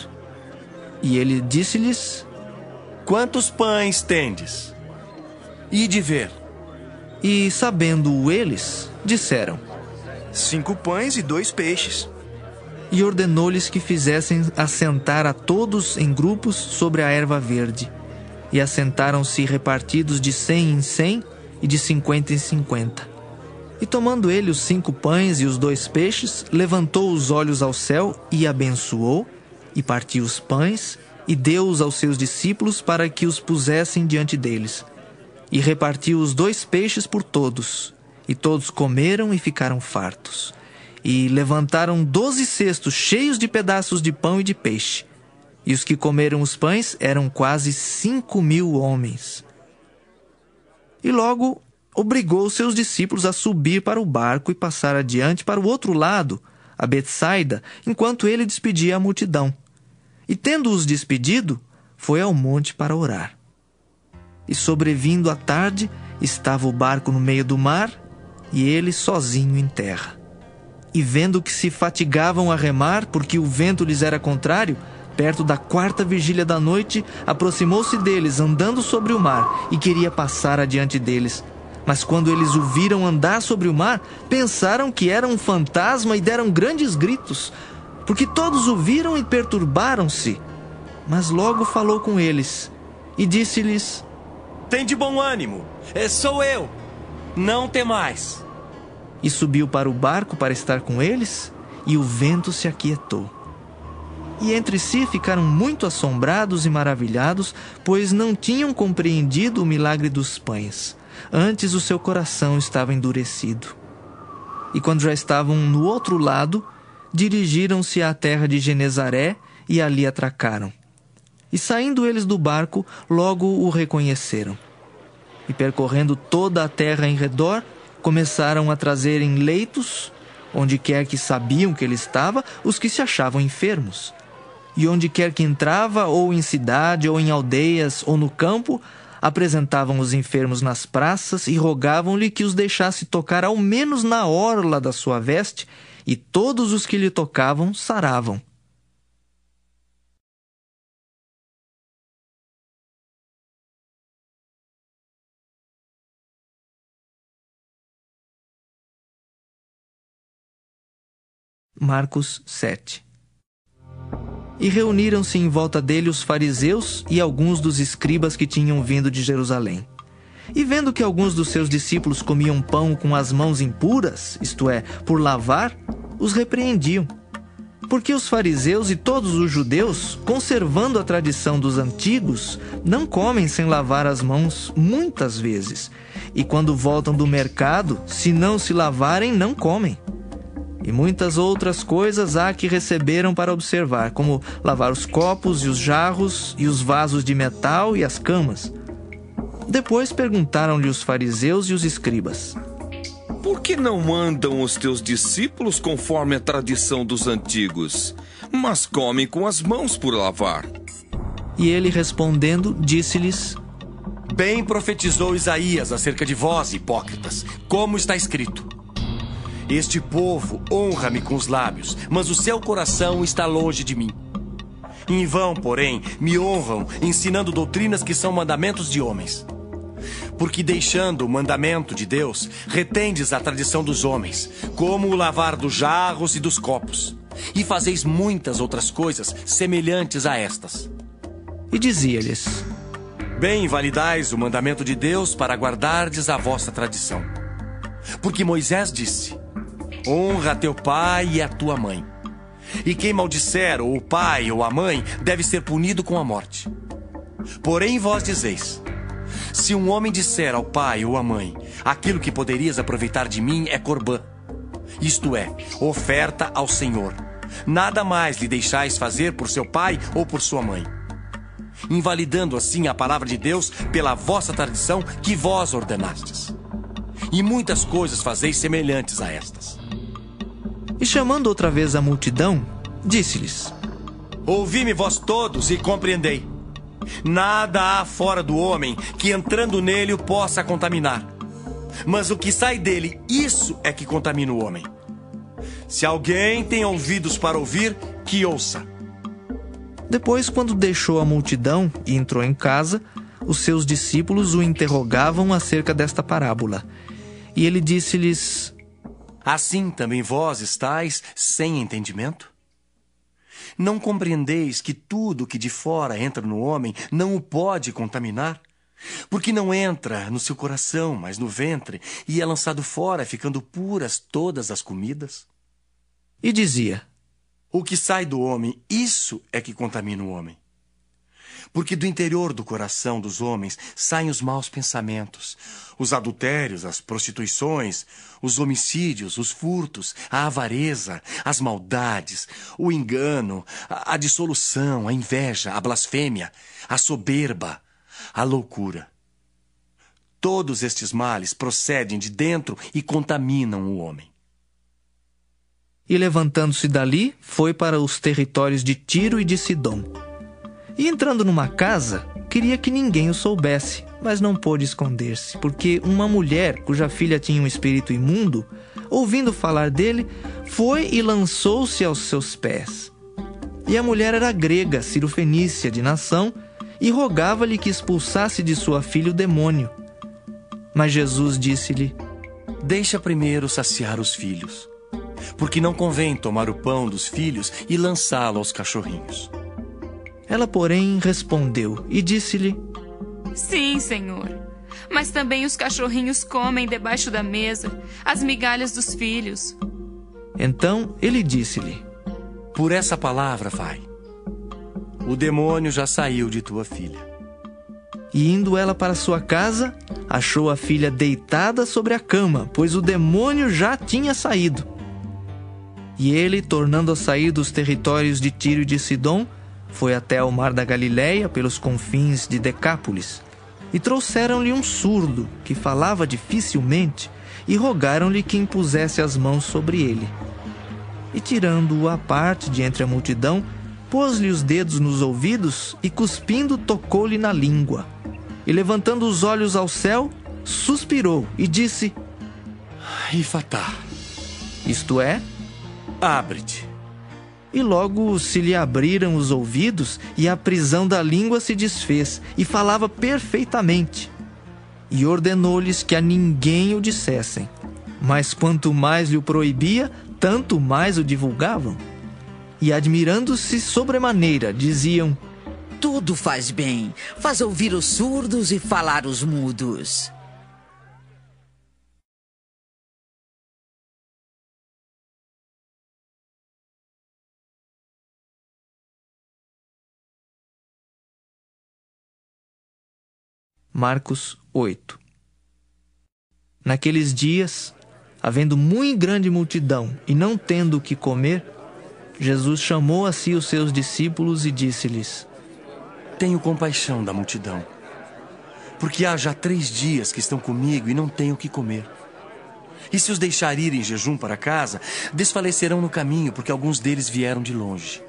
E ele disse-lhes: Quantos pães tendes? Ide ver. E, sabendo-o eles, disseram: 5 pães e 2 peixes. E ordenou-lhes que fizessem assentar a todos em grupos sobre a erva verde. E assentaram-se repartidos de 100 em 100 e de 50 em 50. E tomando ele os 5 pães e os 2 peixes, levantou os olhos ao céu e abençoou, e partiu os pães, e deu-os aos seus discípulos para que os pusessem diante deles. E repartiu os 2 peixes por todos, e todos comeram e ficaram fartos. E levantaram 12 cestos cheios de pedaços de pão e de peixe. E os que comeram os pães eram quase 5.000 homens. E logo obrigou os seus discípulos a subir para o barco e passar adiante para o outro lado, a Betsaida, enquanto ele despedia a multidão. E tendo-os despedido, foi ao monte para orar. E sobrevindo a tarde, estava o barco no meio do mar, e ele sozinho em terra. E vendo que se fatigavam a remar, porque o vento lhes era contrário, perto da 4ª vigília da noite, aproximou-se deles, andando sobre o mar, e queria passar adiante deles. Mas quando eles o viram andar sobre o mar, pensaram que era um fantasma e deram grandes gritos, porque todos o viram e perturbaram-se. mas logo falou com eles e disse-lhes: Tem de bom ânimo, sou eu, não temais. E subiu para o barco para estar com eles, e o vento se aquietou. E entre si ficaram muito assombrados e maravilhados, pois não tinham compreendido o milagre dos pães. Antes o seu coração estava endurecido. E quando já estavam no outro lado, dirigiram-se à terra de Genezaré e ali atracaram. E saindo eles do barco, logo o reconheceram. E percorrendo toda a terra em redor, começaram a trazer em leitos, onde quer que sabiam que ele estava, os que se achavam enfermos. E onde quer que entrava, ou em cidade, ou em aldeias, ou no campo, apresentavam os enfermos nas praças e rogavam-lhe que os deixasse tocar ao menos na orla da sua veste, e todos os que lhe tocavam saravam. Marcos 7. E reuniram-se em volta dele os fariseus e alguns dos escribas que tinham vindo de Jerusalém. E vendo que alguns dos seus discípulos comiam pão com as mãos impuras, isto é, por lavar, os repreendiam. Porque os fariseus e todos os judeus, conservando a tradição dos antigos, não comem sem lavar as mãos muitas vezes. E quando voltam do mercado, se não se lavarem, não comem. E muitas outras coisas há que receberam para observar, como lavar os copos e os jarros e os vasos de metal e as camas. Depois perguntaram-lhe os fariseus e os escribas: Por que não andam os teus discípulos conforme a tradição dos antigos, mas comem com as mãos por lavar? E ele respondendo, disse-lhes: Bem profetizou Isaías acerca de vós, hipócritas, como está escrito: Este povo honra-me com os lábios, mas o seu coração está longe de mim. Em vão, porém, me honram, ensinando doutrinas que são mandamentos de homens. Porque deixando o mandamento de Deus, retendes a tradição dos homens, como o lavar dos jarros e dos copos, e fazeis muitas outras coisas semelhantes a estas. E dizia-lhes: Bem invalidais o mandamento de Deus para guardardes a vossa tradição. Porque Moisés disse: Honra a teu pai e a tua mãe. E quem maldisser ou o pai ou a mãe deve ser punido com a morte. Porém vós dizeis: Se um homem disser ao pai ou à mãe: Aquilo que poderias aproveitar de mim é corbã, isto é, oferta ao Senhor, nada mais lhe deixais fazer por seu pai ou por sua mãe, invalidando assim a palavra de Deus pela vossa tradição que vós ordenastes. E muitas coisas fazeis semelhantes a estas. E chamando outra vez a multidão, disse-lhes: Ouvi-me vós todos e compreendei. Nada há fora do homem que entrando nele o possa contaminar. Mas o que sai dele, isso é que contamina o homem. Se alguém tem ouvidos para ouvir, que ouça. Depois, quando deixou a multidão e entrou em casa, os seus discípulos o interrogavam acerca desta parábola. E ele disse-lhes: Assim também vós estáis sem entendimento? Não compreendeis que tudo que de fora entra no homem não o pode contaminar? Porque não entra no seu coração, mas no ventre, e é lançado fora, ficando puras todas as comidas? E dizia: O que sai do homem, isso é que contamina o homem. Porque do interior do coração dos homens saem os maus pensamentos, os adultérios, as prostituições, os homicídios, os furtos, a avareza, as maldades, o engano, a dissolução, a inveja, a blasfêmia, a soberba, a loucura. Todos estes males procedem de dentro e contaminam o homem. E levantando-se dali, foi para os territórios de Tiro e de Sidom. E entrando numa casa, queria que ninguém o soubesse, mas não pôde esconder-se, porque uma mulher, cuja filha tinha um espírito imundo, ouvindo falar dele, foi e lançou-se aos seus pés. E a mulher era grega, cirofenícia de nação, e rogava-lhe que expulsasse de sua filha o demônio. Mas Jesus disse-lhe: Deixa primeiro saciar os filhos, porque não convém tomar o pão dos filhos e lançá-lo aos cachorrinhos. Ela, porém, respondeu e disse-lhe: Sim, Senhor. Mas também os cachorrinhos comem debaixo da mesa as migalhas dos filhos. Então ele disse-lhe: Por essa palavra, vai. O demônio já saiu de tua filha. E indo ela para sua casa, achou a filha deitada sobre a cama, pois o demônio já tinha saído. E ele, tornando a sair dos territórios de Tiro e de Sidom, foi até ao mar da Galileia, pelos confins de Decápolis. E trouxeram-lhe um surdo, que falava dificilmente, e rogaram-lhe que impusesse as mãos sobre ele. E tirando-o à parte de entre a multidão, pôs-lhe os dedos nos ouvidos e, cuspindo, tocou-lhe na língua. E levantando os olhos ao céu, suspirou e disse: Ifatá, isto é, abre-te. E logo se lhe abriram os ouvidos, e a prisão da língua se desfez, e falava perfeitamente. E ordenou-lhes que a ninguém o dissessem. Mas quanto mais lhe o proibia, tanto mais o divulgavam. E admirando-se sobremaneira, diziam: Tudo faz bem, faz ouvir os surdos e falar os mudos. Marcos 8. Naqueles dias, havendo muito grande multidão e não tendo o que comer, Jesus chamou a si os seus discípulos e disse-lhes: Tenho compaixão da multidão, porque há já 3 dias que estão comigo e não têm o que comer. E se os deixar ir em jejum para casa, desfalecerão no caminho, porque alguns deles vieram de longe.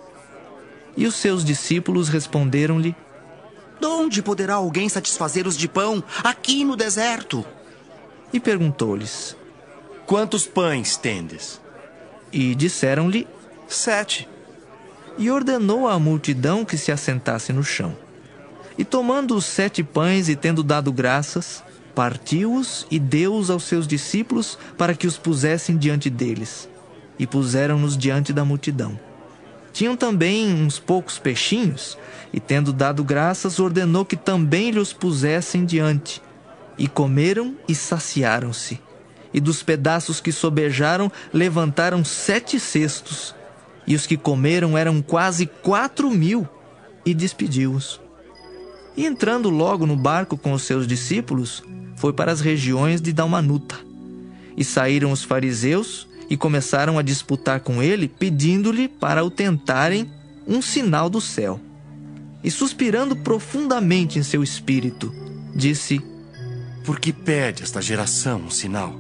E os seus discípulos responderam-lhe: De onde poderá alguém satisfazer-os de pão aqui no deserto? E perguntou-lhes: Quantos pães tendes? E disseram-lhe: 7. E ordenou à multidão que se assentasse no chão. E tomando os 7 pães e tendo dado graças, partiu-os e deu-os aos seus discípulos para que os pusessem diante deles. E puseram-nos diante da multidão. Tinham também uns poucos peixinhos, e tendo dado graças, ordenou que também lhes pusessem diante. E comeram e saciaram-se. E dos pedaços que sobejaram, levantaram 7 cestos. E os que comeram eram quase 4.000, e despediu-os. E entrando logo no barco com os seus discípulos, foi para as regiões de Dalmanuta. E saíram os fariseus e começaram a disputar com ele, pedindo-lhe para o tentarem um sinal do céu. E suspirando profundamente em seu espírito, disse: Por que pede esta geração um sinal?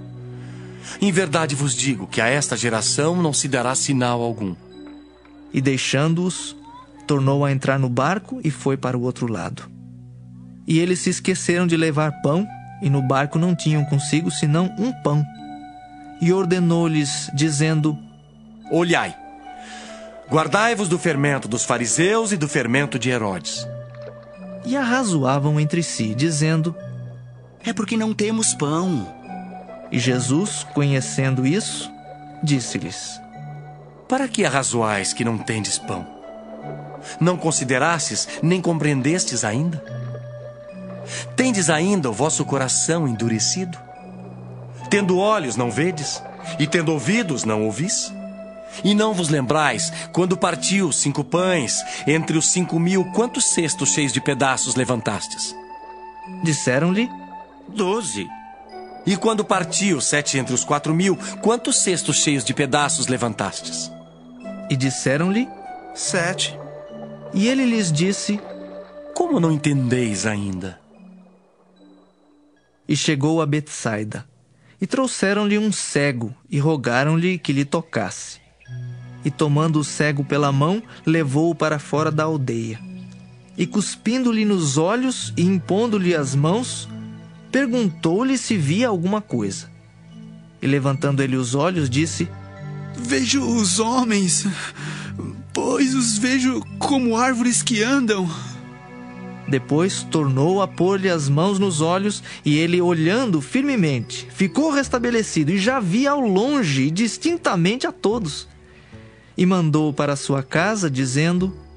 Em verdade vos digo que a esta geração não se dará sinal algum. E deixando-os, tornou a entrar no barco e foi para o outro lado. E eles se esqueceram de levar pão, e no barco não tinham consigo senão um pão. E ordenou-lhes, dizendo: Olhai, guardai-vos do fermento dos fariseus e do fermento de Herodes. E arrazoavam entre si, dizendo: É porque não temos pão. E Jesus, conhecendo isso, disse-lhes: Para que arrazoais que não tendes pão? Não considerastes, nem compreendestes ainda? Tendes ainda o vosso coração endurecido? Tendo olhos, não vedes? E tendo ouvidos, não ouvis? E não vos lembrais, quando partiu 5 pães, entre os 5.000, quantos cestos cheios de pedaços levantastes? Disseram-lhe: 12. E quando partiu 7 entre os 4.000, quantos cestos cheios de pedaços levantastes? E disseram-lhe: 7. E ele lhes disse: Como não entendeis ainda? E chegou a Betsaida. E trouxeram-lhe um cego, e rogaram-lhe que lhe tocasse. E tomando o cego pela mão, levou-o para fora da aldeia. E cuspindo-lhe nos olhos e impondo-lhe as mãos, perguntou-lhe se via alguma coisa. E levantando ele os olhos, disse: Vejo os homens, pois os vejo como árvores que andam. Depois tornou a pôr-lhe as mãos nos olhos, e ele, olhando firmemente, ficou restabelecido, e já via ao longe e distintamente a todos. E mandou-o para sua casa, dizendo: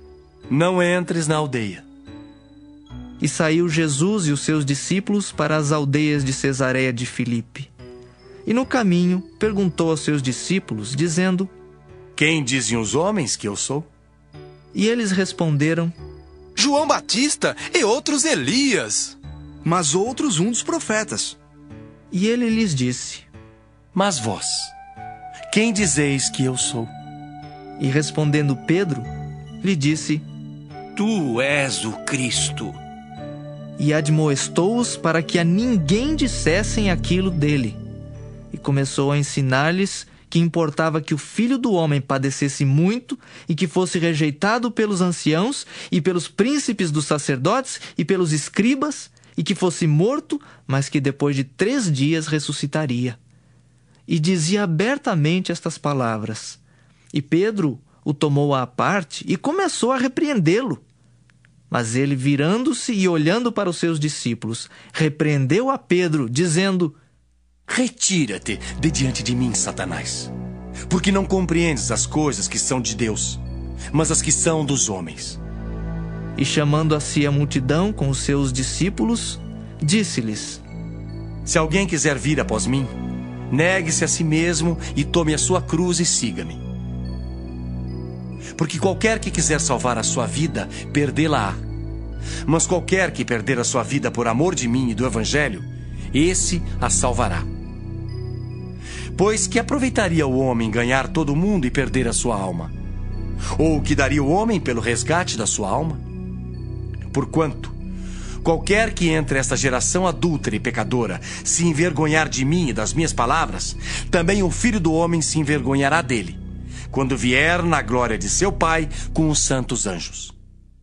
não entres na aldeia. E saiu Jesus e os seus discípulos para as aldeias de Cesareia de Filipe. E no caminho perguntou aos seus discípulos, dizendo: Quem dizem os homens que eu sou? E eles responderam: João Batista e outros Elias. Mas outros um dos profetas. E ele lhes disse: Mas vós, quem dizeis que eu sou? E respondendo Pedro, lhe disse: Tu és o Cristo. E admoestou-os para que a ninguém dissessem aquilo dele. E começou a ensinar-lhes que importava que o Filho do Homem padecesse muito e que fosse rejeitado pelos anciãos e pelos príncipes dos sacerdotes e pelos escribas, e que fosse morto, mas que depois de 3 dias ressuscitaria. E dizia abertamente estas palavras. E Pedro o tomou à parte e começou a repreendê-lo. Mas ele, virando-se e olhando para os seus discípulos, repreendeu a Pedro, dizendo: Retira-te de diante de mim, Satanás, porque não compreendes as coisas que são de Deus, mas as que são dos homens. E chamando a si a multidão com os seus discípulos, disse-lhes: Se alguém quiser vir após mim, negue-se a si mesmo e tome a sua cruz e siga-me. Porque qualquer que quiser salvar a sua vida, perdê-la-á. Mas qualquer que perder a sua vida por amor de mim e do Evangelho, esse a salvará. Pois que aproveitaria o homem ganhar todo o mundo e perder a sua alma? Ou o que daria o homem pelo resgate da sua alma? Porquanto, qualquer que entre esta geração adúltera e pecadora se envergonhar de mim e das minhas palavras, também o Filho do Homem se envergonhará dele, quando vier na glória de seu Pai com os santos anjos.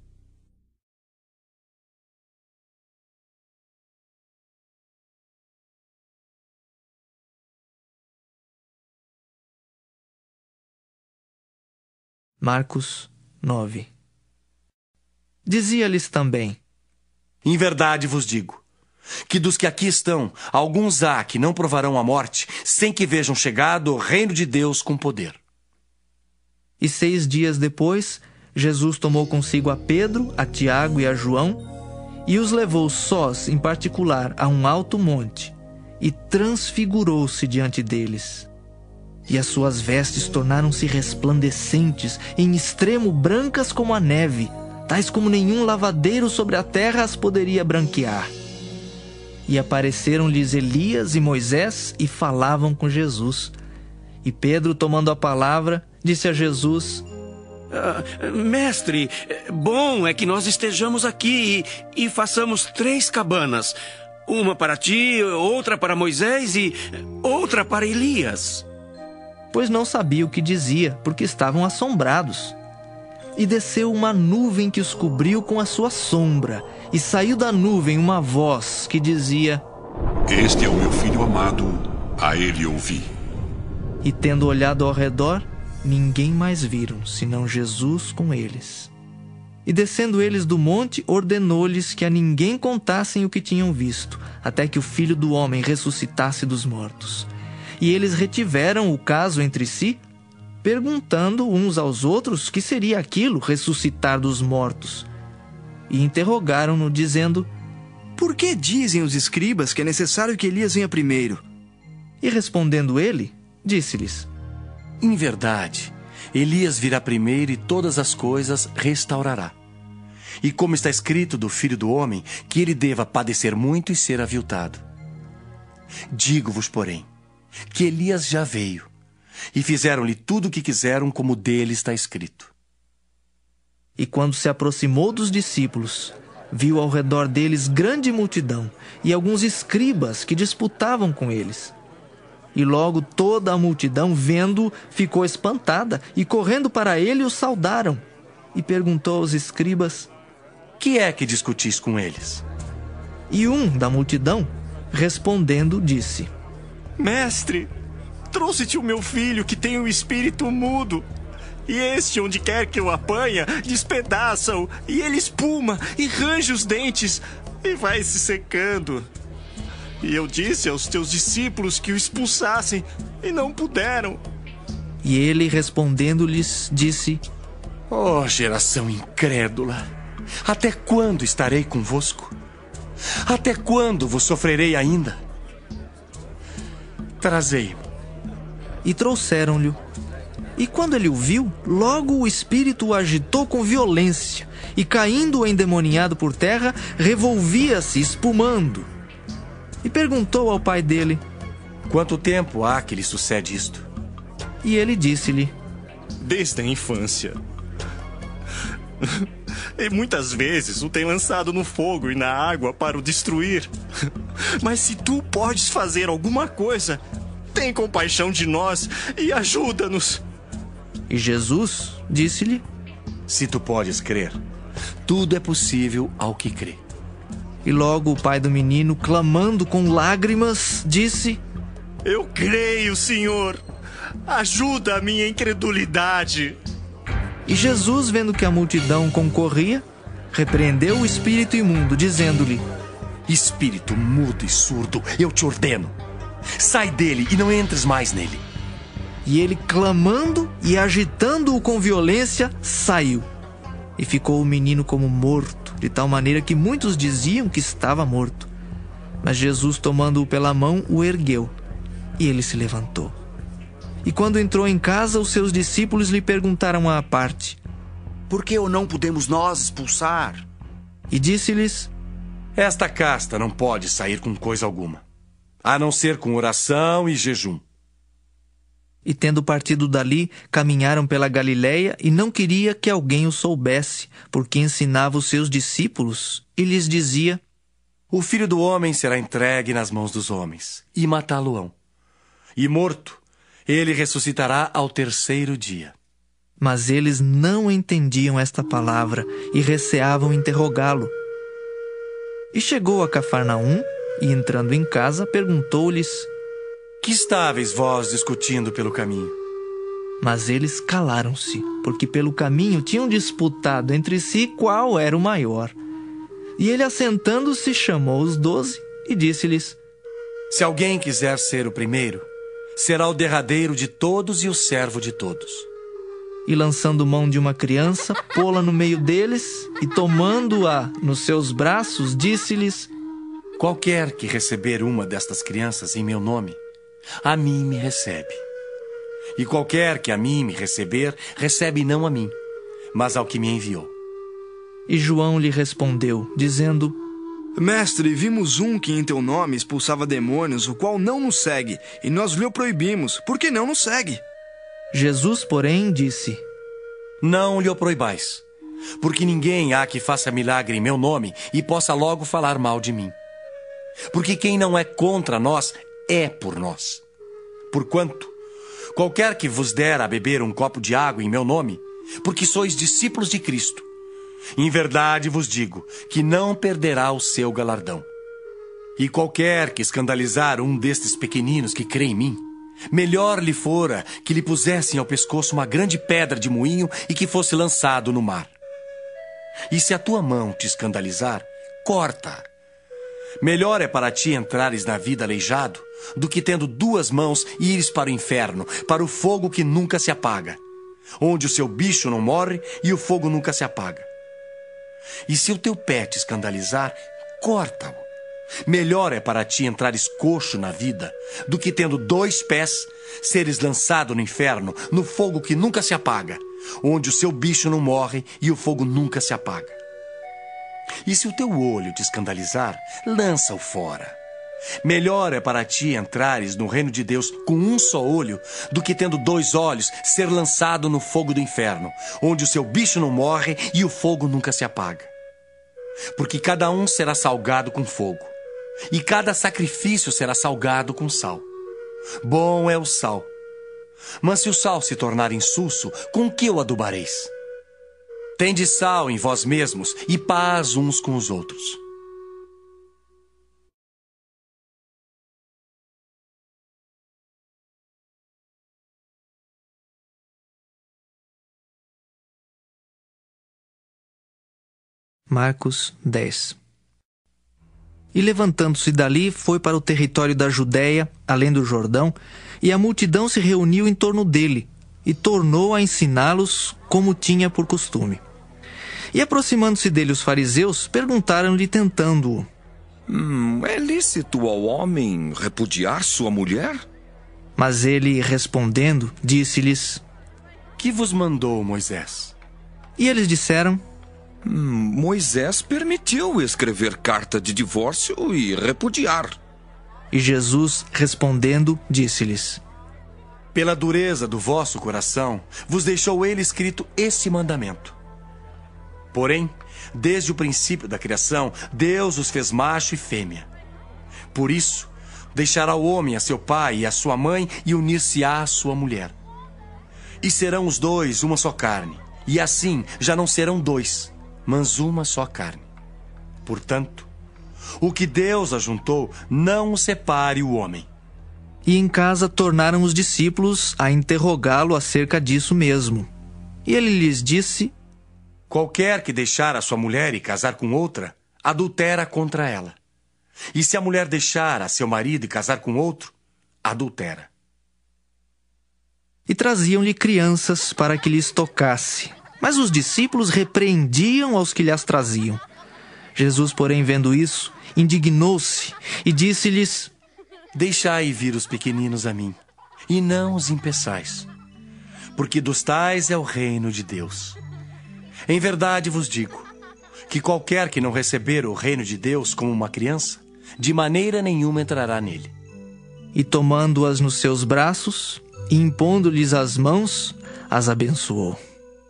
Marcos 9. Dizia-lhes também: Em verdade vos digo, que dos que aqui estão, alguns há que não provarão a morte, sem que vejam chegado o reino de Deus com poder. E 6 dias depois, Jesus tomou consigo a Pedro, a Tiago e a João, e os levou sós, em particular, a um alto monte, e transfigurou-se diante deles. E as suas vestes tornaram-se resplandecentes, em extremo brancas como a neve, tais como nenhum lavadeiro sobre a terra as poderia branquear. E apareceram-lhes Elias e Moisés e falavam com Jesus. E Pedro, tomando a palavra, disse a Jesus: Mestre, bom é que nós estejamos aqui e façamos 3 cabanas. Uma para ti, outra para Moisés e outra para Elias. Pois não sabia o que dizia, porque estavam assombrados. E desceu uma nuvem que os cobriu com a sua sombra, e saiu da nuvem uma voz que dizia: Este é o meu filho amado, a ele ouvi. E tendo olhado ao redor, ninguém mais viram, senão Jesus com eles. E descendo eles do monte, ordenou-lhes que a ninguém contassem o que tinham visto, até que o Filho do Homem ressuscitasse dos mortos. E eles retiveram o caso entre si, perguntando uns aos outros que seria aquilo, ressuscitar dos mortos. E interrogaram-no, dizendo: Por que dizem os escribas que é necessário que Elias venha primeiro? E respondendo ele, disse-lhes: Em verdade, Elias virá primeiro e todas as coisas restaurará. E como está escrito do Filho do Homem, que ele deva padecer muito e ser aviltado. Digo-vos, porém, que Elias já veio, e fizeram-lhe tudo o que quiseram, como dele está escrito. E quando se aproximou dos discípulos, viu ao redor deles grande multidão, e alguns escribas que disputavam com eles. E logo toda a multidão, vendo-o, ficou espantada, e correndo para ele o saudaram. E perguntou aos escribas: Que é que discutis com eles? E um da multidão, respondendo, disse: Mestre, trouxe-te o meu filho que tem o espírito mudo. E este, onde quer que o apanha, despedaça-o, e ele espuma e range os dentes e vai se secando. E eu disse aos teus discípulos que o expulsassem, e não puderam. E ele, respondendo-lhes, disse: Oh, geração incrédula, até quando estarei convosco? Até quando vos sofrerei ainda? Trazei-mo. E trouxeram-lhe. E quando ele o viu, logo o espírito o agitou com violência, e caindo o endemoniado por terra, revolvia-se, espumando. E perguntou ao pai dele: quanto tempo há que lhe sucede isto? E ele disse-lhe: desde a infância. E muitas vezes o tem lançado no fogo e na água para o destruir. Mas se tu podes fazer alguma coisa, tem compaixão de nós e ajuda-nos. E Jesus disse-lhe: se tu podes crer, tudo é possível ao que crê. E logo o pai do menino, clamando com lágrimas, disse: eu creio, Senhor. Ajuda a minha incredulidade. E Jesus, vendo que a multidão concorria, repreendeu o espírito imundo, dizendo-lhe: espírito mudo e surdo, eu te ordeno, sai dele e não entres mais nele. E ele, clamando e agitando-o com violência, saiu. E ficou o menino como morto, de tal maneira que muitos diziam que estava morto. Mas Jesus, tomando-o pela mão, o ergueu, e ele se levantou. E quando entrou em casa, os seus discípulos lhe perguntaram à parte: por que o não podemos nós expulsar? E disse-lhes: esta casta não pode sair com coisa alguma, a não ser com oração e jejum. E tendo partido dali, caminharam pela Galileia, e não queria que alguém o soubesse, porque ensinava os seus discípulos, e lhes dizia: o Filho do Homem será entregue nas mãos dos homens, e matá-lo-ão. E morto, ele ressuscitará ao terceiro dia. Mas eles não entendiam esta palavra, e receavam interrogá-lo. E chegou a Cafarnaum, e entrando em casa, perguntou-lhes: que estáveis vós discutindo pelo caminho? Mas eles calaram-se, porque pelo caminho tinham disputado entre si qual era o maior. E ele, assentando-se, chamou os 12 e disse-lhes: se alguém quiser ser o primeiro, será o derradeiro de todos e o servo de todos. E lançando mão de uma criança, pô-la no meio deles, e tomando-a nos seus braços, disse-lhes: qualquer que receber uma destas crianças em meu nome, a mim me recebe. E qualquer que a mim me receber, recebe não a mim, mas ao que me enviou. E João lhe respondeu, dizendo: mestre, vimos um que em teu nome expulsava demônios, o qual não nos segue, e nós lhe o proibimos, porque não nos segue. Jesus, porém, disse: não lhe o proibais, porque ninguém há que faça milagre em meu nome e possa logo falar mal de mim. Porque quem não é contra nós é por nós. Porquanto, qualquer que vos der a beber um copo de água em meu nome, porque sois discípulos de Cristo, em verdade vos digo que não perderá o seu galardão. E qualquer que escandalizar um destes pequeninos que crê em mim, melhor lhe fora que lhe pusessem ao pescoço uma grande pedra de moinho e que fosse lançado no mar. E se a tua mão te escandalizar, corta. Melhor é para ti entrares na vida aleijado do que tendo 2 mãos ires para o inferno, para o fogo que nunca se apaga, onde o seu bicho não morre e o fogo nunca se apaga. E se o teu pé te escandalizar, corta-o. Melhor é para ti entrares coxo na vida do que tendo 2 pés seres lançado no inferno, no fogo que nunca se apaga, onde o seu bicho não morre e o fogo nunca se apaga. E se o teu olho te escandalizar, lança-o fora. Melhor é para ti entrares no reino de Deus com um só olho do que tendo 2 olhos ser lançado no fogo do inferno, onde o seu bicho não morre e o fogo nunca se apaga. Porque cada um será salgado com fogo, e cada sacrifício será salgado com sal. Bom é o sal. Mas se o sal se tornar insulso, com que o adubareis? Tende sal em vós mesmos e paz uns com os outros. Marcos 10. E levantando-se dali, foi para o território da Judéia, além do Jordão, e a multidão se reuniu em torno dele, e tornou a ensiná-los como tinha por costume. E aproximando-se dele os fariseus, perguntaram-lhe tentando-o: É lícito ao homem repudiar sua mulher? Mas ele, respondendo, disse-lhes: Que vos mandou Moisés? E eles disseram: Moisés permitiu escrever carta de divórcio e repudiar. E Jesus, respondendo, disse-lhes: Pela dureza do vosso coração, vos deixou ele escrito esse mandamento. Porém, desde o princípio da criação, Deus os fez macho e fêmea. Por isso, deixará o homem a seu pai e a sua mãe e unir-se-á à sua mulher. E serão os dois uma só carne. E assim já não serão dois, mas uma só carne. Portanto, o que Deus ajuntou, não o separe o homem. E em casa tornaram os discípulos a interrogá-lo acerca disso mesmo. E ele lhes disse: Qualquer que deixar a sua mulher e casar com outra, adultera contra ela. E se a mulher deixar a seu marido e casar com outro, adultera. E traziam-lhe crianças para que lhes tocasse. Mas os discípulos repreendiam aos que lhes traziam. Jesus, porém, vendo isso, indignou-se e disse-lhes: Deixai vir os pequeninos a mim, e não os impeçais, porque dos tais é o reino de Deus. Em verdade vos digo, que qualquer que não receber o reino de Deus como uma criança, de maneira nenhuma entrará nele. E tomando-as nos seus braços, e impondo-lhes as mãos, as abençoou.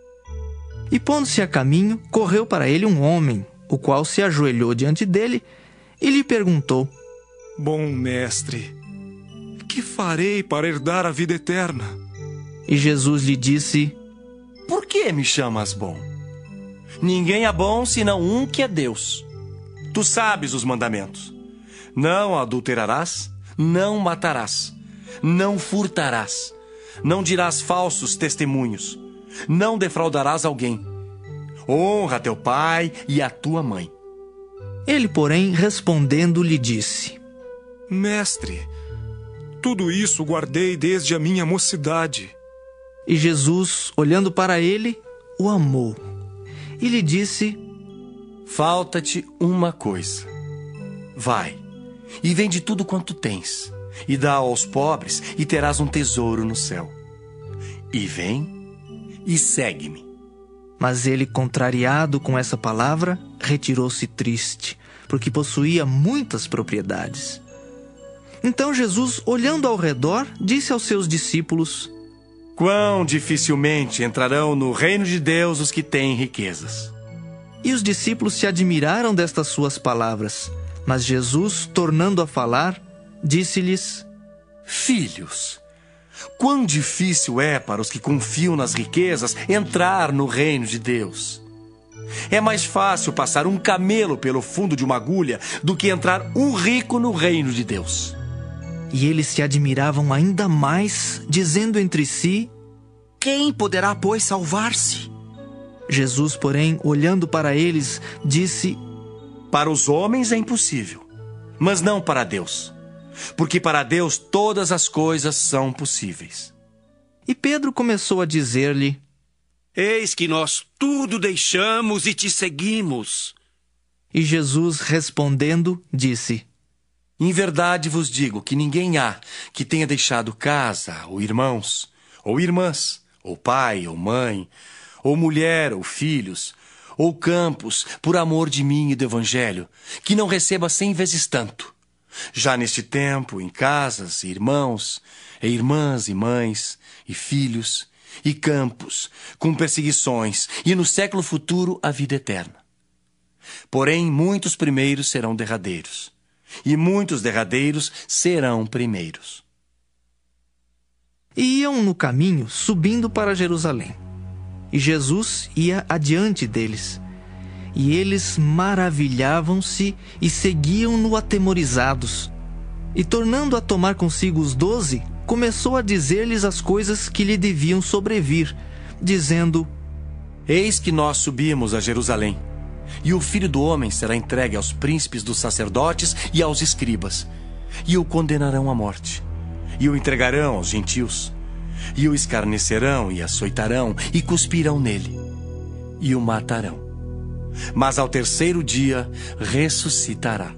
E pondo-se a caminho, correu para ele um homem, o qual se ajoelhou diante dele e lhe perguntou: Bom mestre, que farei para herdar a vida eterna? E Jesus lhe disse: Por que me chamas bom? Ninguém é bom senão um que é Deus. Tu sabes os mandamentos: não adulterarás, não matarás, não furtarás, não dirás falsos testemunhos, não defraudarás alguém. Honra teu pai e a tua mãe. Ele, porém, respondendo, lhe disse: Mestre, tudo isso guardei desde a minha mocidade. E Jesus, olhando para ele, o amou e lhe disse: Falta-te uma coisa. Vai, e vende tudo quanto tens, e dá aos pobres, e terás um tesouro no céu. E vem e segue-me. Mas ele, contrariado com essa palavra, retirou-se triste, porque possuía muitas propriedades. Então Jesus, olhando ao redor, disse aos seus discípulos: Quão dificilmente entrarão no reino de Deus os que têm riquezas. E os discípulos se admiraram destas suas palavras. Mas Jesus, tornando a falar, disse-lhes: Filhos, quão difícil é para os que confiam nas riquezas entrar no reino de Deus. É mais fácil passar um camelo pelo fundo de uma agulha do que entrar um rico no reino de Deus. E eles se admiravam ainda mais, dizendo entre si: Quem poderá, pois, salvar-se? Jesus, porém, olhando para eles, disse: Para os homens é impossível, mas não para Deus, porque para Deus todas as coisas são possíveis. E Pedro começou a dizer-lhe: Eis que nós tudo deixamos e te seguimos. E Jesus, respondendo, disse: Em verdade vos digo que ninguém há que tenha deixado casa, ou irmãos, ou irmãs, ou pai, ou mãe, ou mulher, ou filhos, ou campos, por amor de mim e do Evangelho, que não receba 100 vezes tanto. Já neste tempo, em casas, irmãos, e irmãs e mães, e filhos, e campos, com perseguições, e no século futuro a vida eterna. Porém, muitos primeiros serão derradeiros, e muitos derradeiros serão primeiros. E iam no caminho, subindo para Jerusalém. E Jesus ia adiante deles. E eles maravilhavam-se e seguiam-no atemorizados. E tornando a tomar consigo os 12, começou a dizer-lhes as coisas que lhe deviam sobrevir, dizendo: Eis que nós subimos a Jerusalém, e o Filho do Homem será entregue aos príncipes dos sacerdotes e aos escribas, e o condenarão à morte, e o entregarão aos gentios, E o escarnecerão e açoitarão e cuspirão nele e o matarão. Mas ao terceiro dia ressuscitará.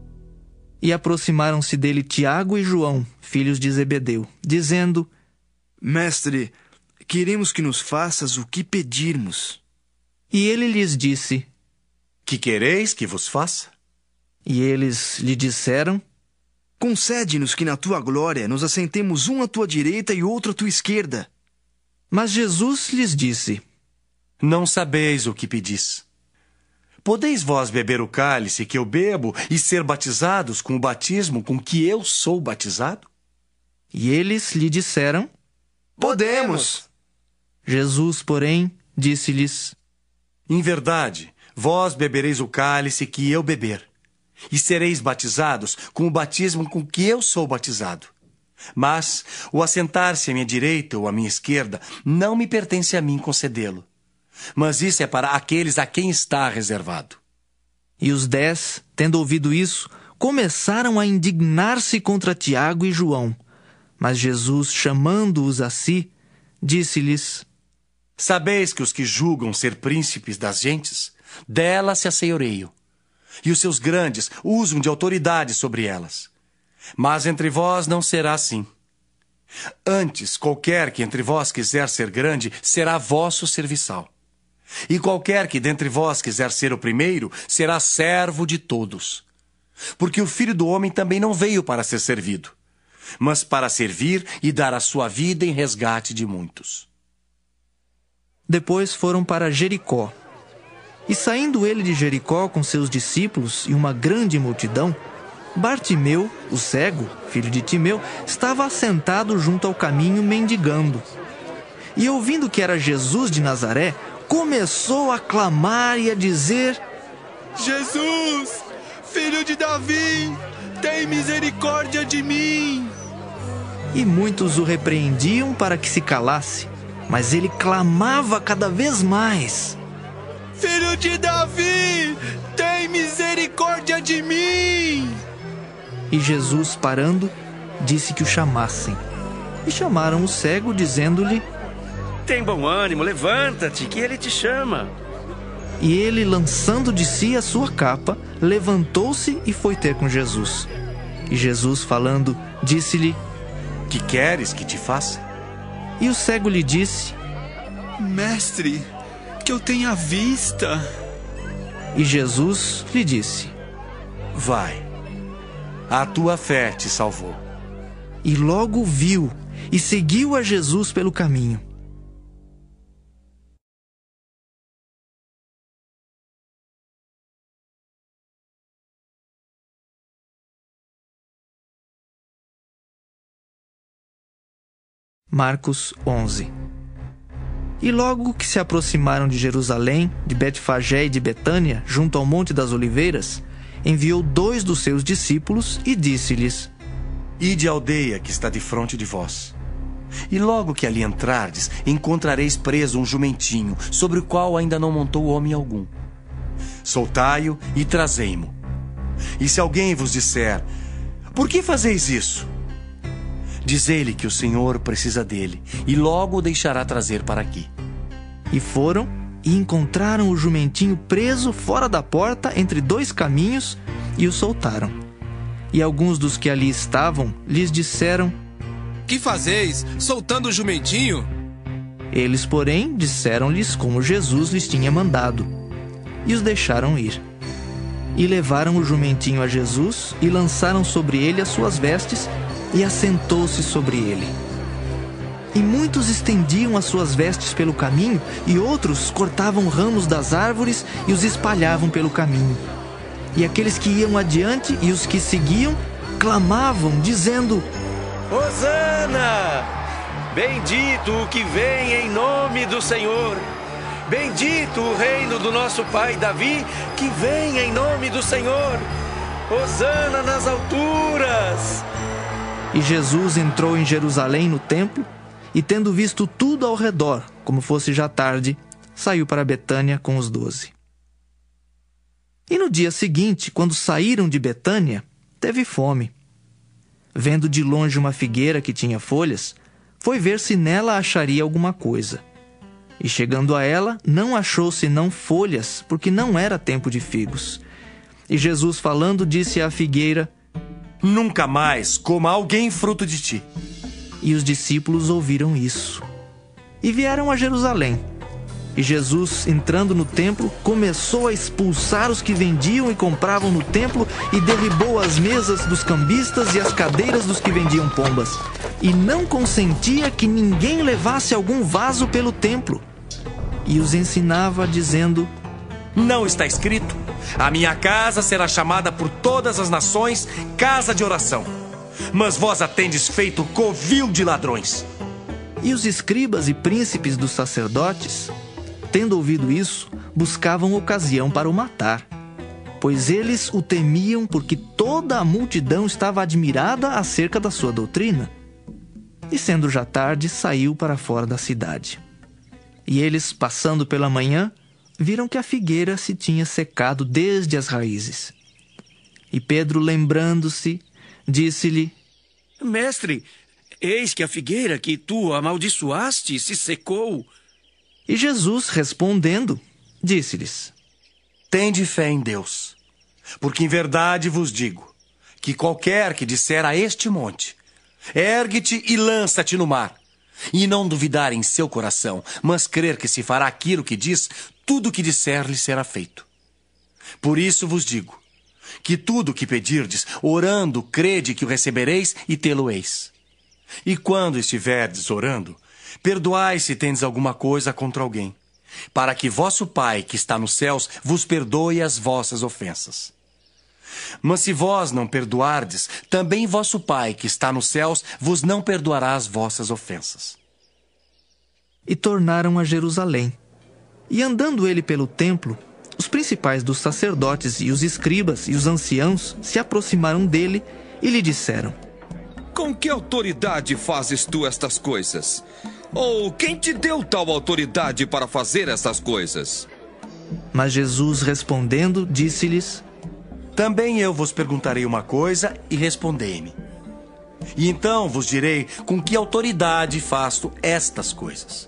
E aproximaram-se dele Tiago e João, filhos de Zebedeu, dizendo: Mestre, queremos que nos faças o que pedirmos. E ele lhes disse: Que quereis que vos faça? E eles lhe disseram: Concede-nos que na tua glória nos assentemos um à tua direita e outro à tua esquerda. Mas Jesus lhes disse: Não sabeis o que pedis. Podeis vós beber o cálice que eu bebo e ser batizados com o batismo com que eu sou batizado? E eles lhe disseram: Podemos. Jesus, porém, disse-lhes: Em verdade, vós bebereis o cálice que eu beber, e sereis batizados com o batismo com que eu sou batizado. Mas o assentar-se à minha direita ou à minha esquerda não me pertence a mim concedê-lo. Mas isso é para aqueles a quem está reservado. E os 10, tendo ouvido isso, começaram a indignar-se contra Tiago e João. Mas Jesus, chamando-os a si, disse-lhes: Sabeis que os que julgam ser príncipes das gentes, delas se assenhoreiam, e os seus grandes usam de autoridade sobre elas. Mas entre vós não será assim. Antes, qualquer que entre vós quiser ser grande, será vosso serviçal. E qualquer que dentre vós quiser ser o primeiro, será servo de todos. Porque o Filho do Homem também não veio para ser servido, mas para servir e dar a sua vida em resgate de muitos. Depois foram para Jericó. E saindo ele de Jericó com seus discípulos e uma grande multidão, Bartimeu, o cego, filho de Timeu, estava assentado junto ao caminho mendigando. E ouvindo que era Jesus de Nazaré, começou a clamar e a dizer: Jesus, filho de Davi, tem misericórdia de mim. E muitos o repreendiam para que se calasse, mas ele clamava cada vez mais: Filho de Davi, tem misericórdia de mim. E Jesus, parando, disse que o chamassem. E chamaram o cego, dizendo-lhe: Tem bom ânimo, levanta-te, que ele te chama. E ele, lançando de si a sua capa, levantou-se e foi ter com Jesus. E Jesus, falando, disse-lhe: Que queres que te faça? E o cego lhe disse: Mestre, que eu tenha vista. E Jesus lhe disse: Vai, a tua fé te salvou. E logo viu e seguiu a Jesus pelo caminho. Marcos 11. E logo que se aproximaram de Jerusalém, de Betfagé e de Betânia, junto ao Monte das Oliveiras, enviou 2 dos seus discípulos e disse-lhes: Ide à aldeia que está defronte de vós. E logo que ali entrardes, encontrareis preso um jumentinho, sobre o qual ainda não montou homem algum. Soltai-o e trazei-mo. E se alguém vos disser: Por que fazeis isso? Dizei-lhe que o Senhor precisa dele, e logo o deixará trazer para aqui. E foram e encontraram o jumentinho preso fora da porta entre 2 caminhos e o soltaram. E alguns dos que ali estavam lhes disseram: Que fazeis, soltando o jumentinho? Eles, porém, disseram-lhes como Jesus lhes tinha mandado, e os deixaram ir. E levaram o jumentinho a Jesus e lançaram sobre ele as suas vestes, e assentou-se sobre ele. E muitos estendiam as suas vestes pelo caminho, e outros cortavam ramos das árvores e os espalhavam pelo caminho. E aqueles que iam adiante e os que seguiam clamavam, dizendo: Hosana! Bendito o que vem em nome do Senhor! Bendito o reino do nosso pai Davi, que vem em nome do Senhor! Hosana nas alturas! E Jesus entrou em Jerusalém no templo, e tendo visto tudo ao redor, como fosse já tarde, saiu para Betânia com os 12. E no dia seguinte, quando saíram de Betânia, teve fome. Vendo de longe uma figueira que tinha folhas, foi ver se nela acharia alguma coisa. E chegando a ela, não achou senão folhas, porque não era tempo de figos. E Jesus, falando, disse à figueira: Nunca mais coma alguém fruto de ti. E os discípulos ouviram isso. E vieram a Jerusalém. E Jesus, entrando no templo, começou a expulsar os que vendiam e compravam no templo e derribou as mesas dos cambistas e as cadeiras dos que vendiam pombas. E não consentia que ninguém levasse algum vaso pelo templo. E os ensinava, dizendo: Não está escrito: a minha casa será chamada por todas as nações casa de oração. Mas vós a tendes feito covil de ladrões. E os escribas e príncipes dos sacerdotes, tendo ouvido isso, buscavam ocasião para o matar, pois eles o temiam, porque toda a multidão estava admirada acerca da sua doutrina. E sendo já tarde, saiu para fora da cidade. E eles, passando pela manhã, viram que a figueira se tinha secado desde as raízes. E Pedro, lembrando-se, disse-lhe: Mestre, eis que a figueira que tu amaldiçoaste se secou. E Jesus, respondendo, disse-lhes: Tende fé em Deus, porque em verdade vos digo que qualquer que disser a este monte: ergue-te e lança-te no mar, e não duvidar em seu coração, mas crer que se fará aquilo que diz, tudo o que disser lhe será feito. Por isso vos digo que tudo o que pedirdes, orando, crede que o recebereis e tê-lo-eis. E quando estiverdes orando, perdoai se tendes alguma coisa contra alguém, para que vosso Pai, que está nos céus, vos perdoe as vossas ofensas. Mas se vós não perdoardes, também vosso Pai, que está nos céus, vos não perdoará as vossas ofensas. E tornaram a Jerusalém. E andando ele pelo templo, os principais dos sacerdotes e os escribas e os anciãos se aproximaram dele e lhe disseram: Com que autoridade fazes tu estas coisas? Ou quem te deu tal autoridade para fazer estas coisas? Mas Jesus, respondendo, disse-lhes: Também eu vos perguntarei uma coisa e respondei-me. E então vos direi com que autoridade faço estas coisas.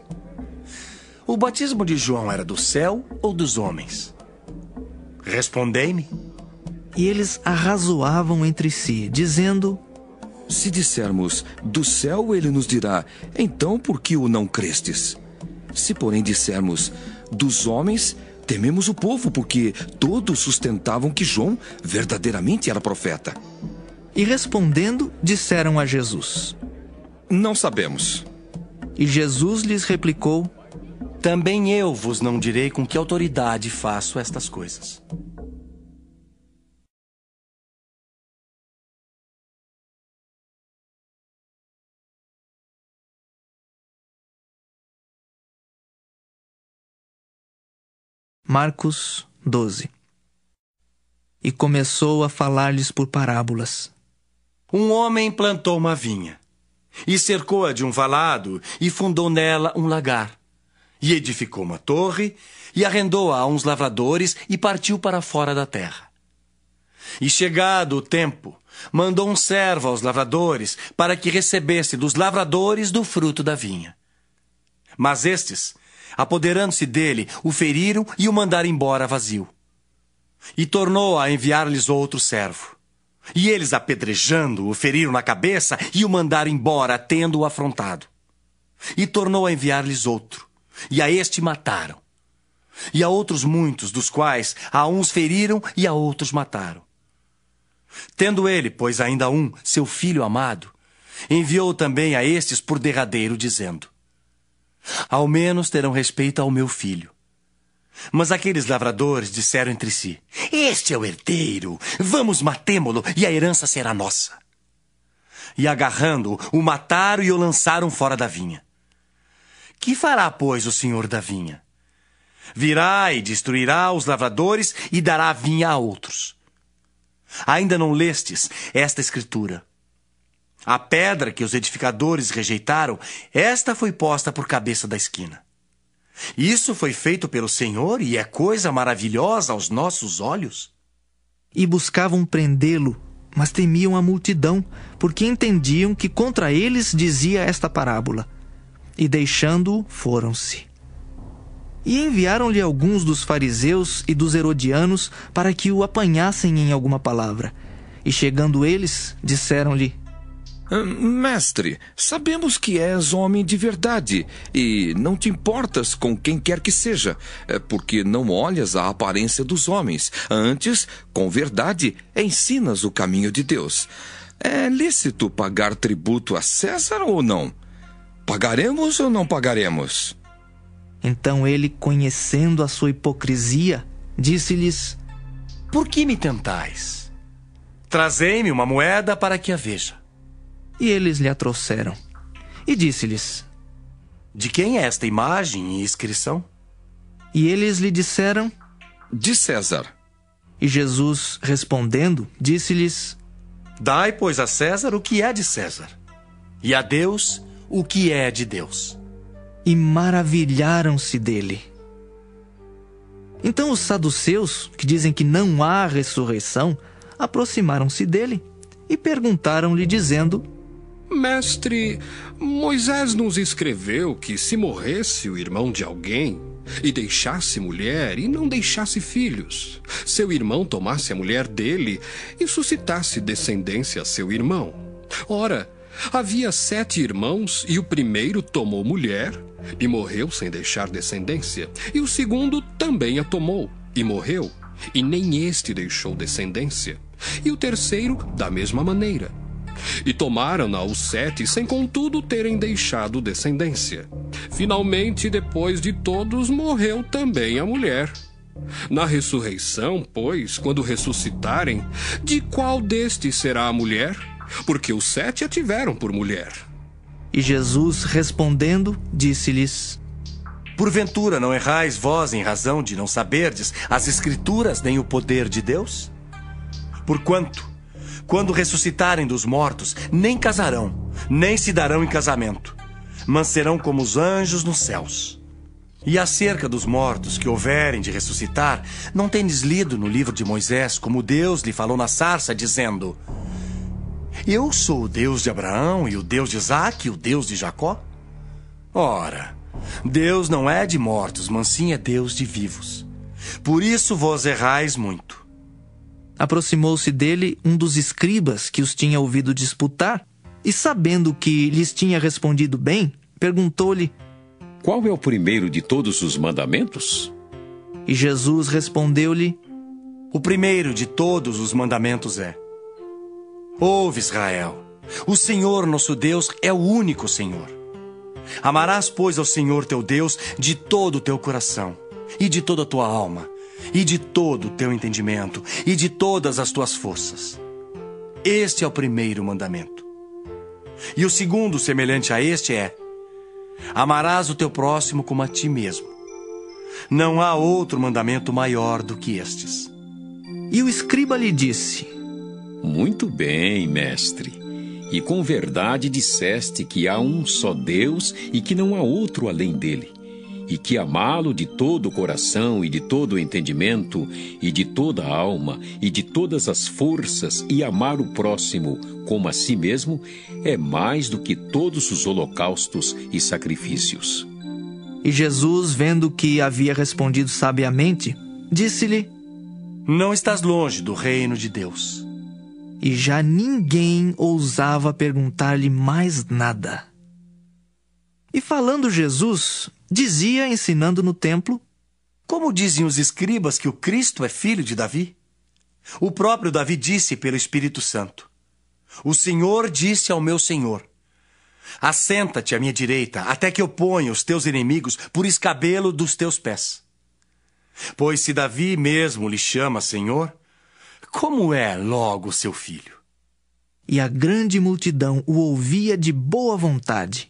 O batismo de João era do céu ou dos homens? Respondei-me. E eles arrazoavam entre si, dizendo: Se dissermos do céu, ele nos dirá: então por que o não crestes? Se porém dissermos dos homens, tememos o povo, porque todos sustentavam que João verdadeiramente era profeta. E respondendo, disseram a Jesus: Não sabemos. E Jesus lhes replicou: Também eu vos não direi com que autoridade faço estas coisas. Marcos 12. E começou a falar-lhes por parábolas. Um homem plantou uma vinha, e cercou-a de um valado, e fundou nela um lagar. E edificou uma torre, e arrendou-a a uns lavradores, e partiu para fora da terra. E chegado o tempo, mandou um servo aos lavradores, para que recebesse dos lavradores do fruto da vinha. Mas estes, apoderando-se dele, o feriram e o mandaram embora vazio. E tornou a enviar-lhes outro servo. E eles, apedrejando, o feriram na cabeça e o mandaram embora, tendo-o afrontado. E tornou a enviar-lhes outro, e a este mataram. E a outros muitos, dos quais a uns feriram e a outros mataram. Tendo ele, pois ainda um, seu filho amado, enviou também a estes por derradeiro, dizendo: Ao menos terão respeito ao meu filho. Mas aqueles lavradores disseram entre si: Este é o herdeiro, vamos matemo-lo e a herança será nossa. E agarrando-o, o mataram e o lançaram fora da vinha. Que fará, pois, o senhor da vinha? Virá e destruirá os lavradores e dará a vinha a outros. Ainda não lestes esta escritura? A pedra que os edificadores rejeitaram, esta foi posta por cabeça da esquina. Isso foi feito pelo Senhor e é coisa maravilhosa aos nossos olhos. E buscavam prendê-lo, mas temiam a multidão, porque entendiam que contra eles dizia esta parábola. E deixando-o, foram-se. E enviaram-lhe alguns dos fariseus e dos herodianos para que o apanhassem em alguma palavra. E chegando eles, disseram-lhe: Mestre, sabemos que és homem de verdade e não te importas com quem quer que seja, porque não olhas a aparência dos homens. Antes, com verdade, ensinas o caminho de Deus. É lícito pagar tributo a César ou não? Pagaremos ou não pagaremos? Então ele, conhecendo a sua hipocrisia, disse-lhes: Por que me tentais? Trazei-me uma moeda para que a veja. E eles lhe a trouxeram. E disse-lhes: De quem é esta imagem e inscrição? E eles lhe disseram: De César. E Jesus, respondendo, disse-lhes: Dai, pois, a César o que é de César, e a Deus o que é de Deus. E maravilharam-se dele. Então os saduceus, que dizem que não há ressurreição, aproximaram-se dele e perguntaram-lhe, dizendo: Mestre, Moisés nos escreveu que se morresse o irmão de alguém e deixasse mulher e não deixasse filhos, seu irmão tomasse a mulher dele e suscitasse descendência a seu irmão. Ora, havia 7 irmãos e o primeiro tomou mulher e morreu sem deixar descendência, e o segundo também a tomou e morreu, e nem este deixou descendência, e o terceiro da mesma maneira. E tomaram-na os 7, sem contudo terem deixado descendência. Finalmente, depois de todos, morreu também a mulher. Na ressurreição, pois, quando ressuscitarem, de qual destes será a mulher? Porque os 7 a tiveram por mulher. E Jesus, respondendo, disse-lhes: Porventura não errais vós em razão de não saberdes as Escrituras nem o poder de Deus? Porquanto, quando ressuscitarem dos mortos, nem casarão, nem se darão em casamento, mas serão como os anjos nos céus. E acerca dos mortos que houverem de ressuscitar, não tendes lido no livro de Moisés como Deus lhe falou na sarça, dizendo: Eu sou o Deus de Abraão e o Deus de Isaque e o Deus de Jacó? Ora, Deus não é de mortos, mas sim é Deus de vivos. Por isso vós errais muito. Aproximou-se dele um dos escribas que os tinha ouvido disputar, e sabendo que lhes tinha respondido bem, perguntou-lhe: Qual é o primeiro de todos os mandamentos? E Jesus respondeu-lhe: O primeiro de todos os mandamentos é: Ouve, Israel, o Senhor nosso Deus é o único Senhor. Amarás, pois, ao Senhor teu Deus de todo o teu coração, e de toda a tua alma, e de todo o teu entendimento, e de todas as tuas forças. Este é o primeiro mandamento. E o segundo, semelhante a este, é: Amarás o teu próximo como a ti mesmo. Não há outro mandamento maior do que estes. E o escriba lhe disse: Muito bem, mestre. E com verdade disseste que há um só Deus e que não há outro além dele. E que amá-lo de todo o coração e de todo o entendimento e de toda a alma e de todas as forças e amar o próximo como a si mesmo é mais do que todos os holocaustos e sacrifícios. E Jesus, vendo que havia respondido sabiamente, disse-lhe: Não estás longe do reino de Deus. E já ninguém ousava perguntar-lhe mais nada. E falando Jesus, dizia, ensinando no templo: Como dizem os escribas que o Cristo é filho de Davi? O próprio Davi disse pelo Espírito Santo: O Senhor disse ao meu Senhor: Assenta-te à minha direita, até que eu ponha os teus inimigos por escabelo dos teus pés. Pois se Davi mesmo lhe chama Senhor, como é logo seu filho? E a grande multidão o ouvia de boa vontade.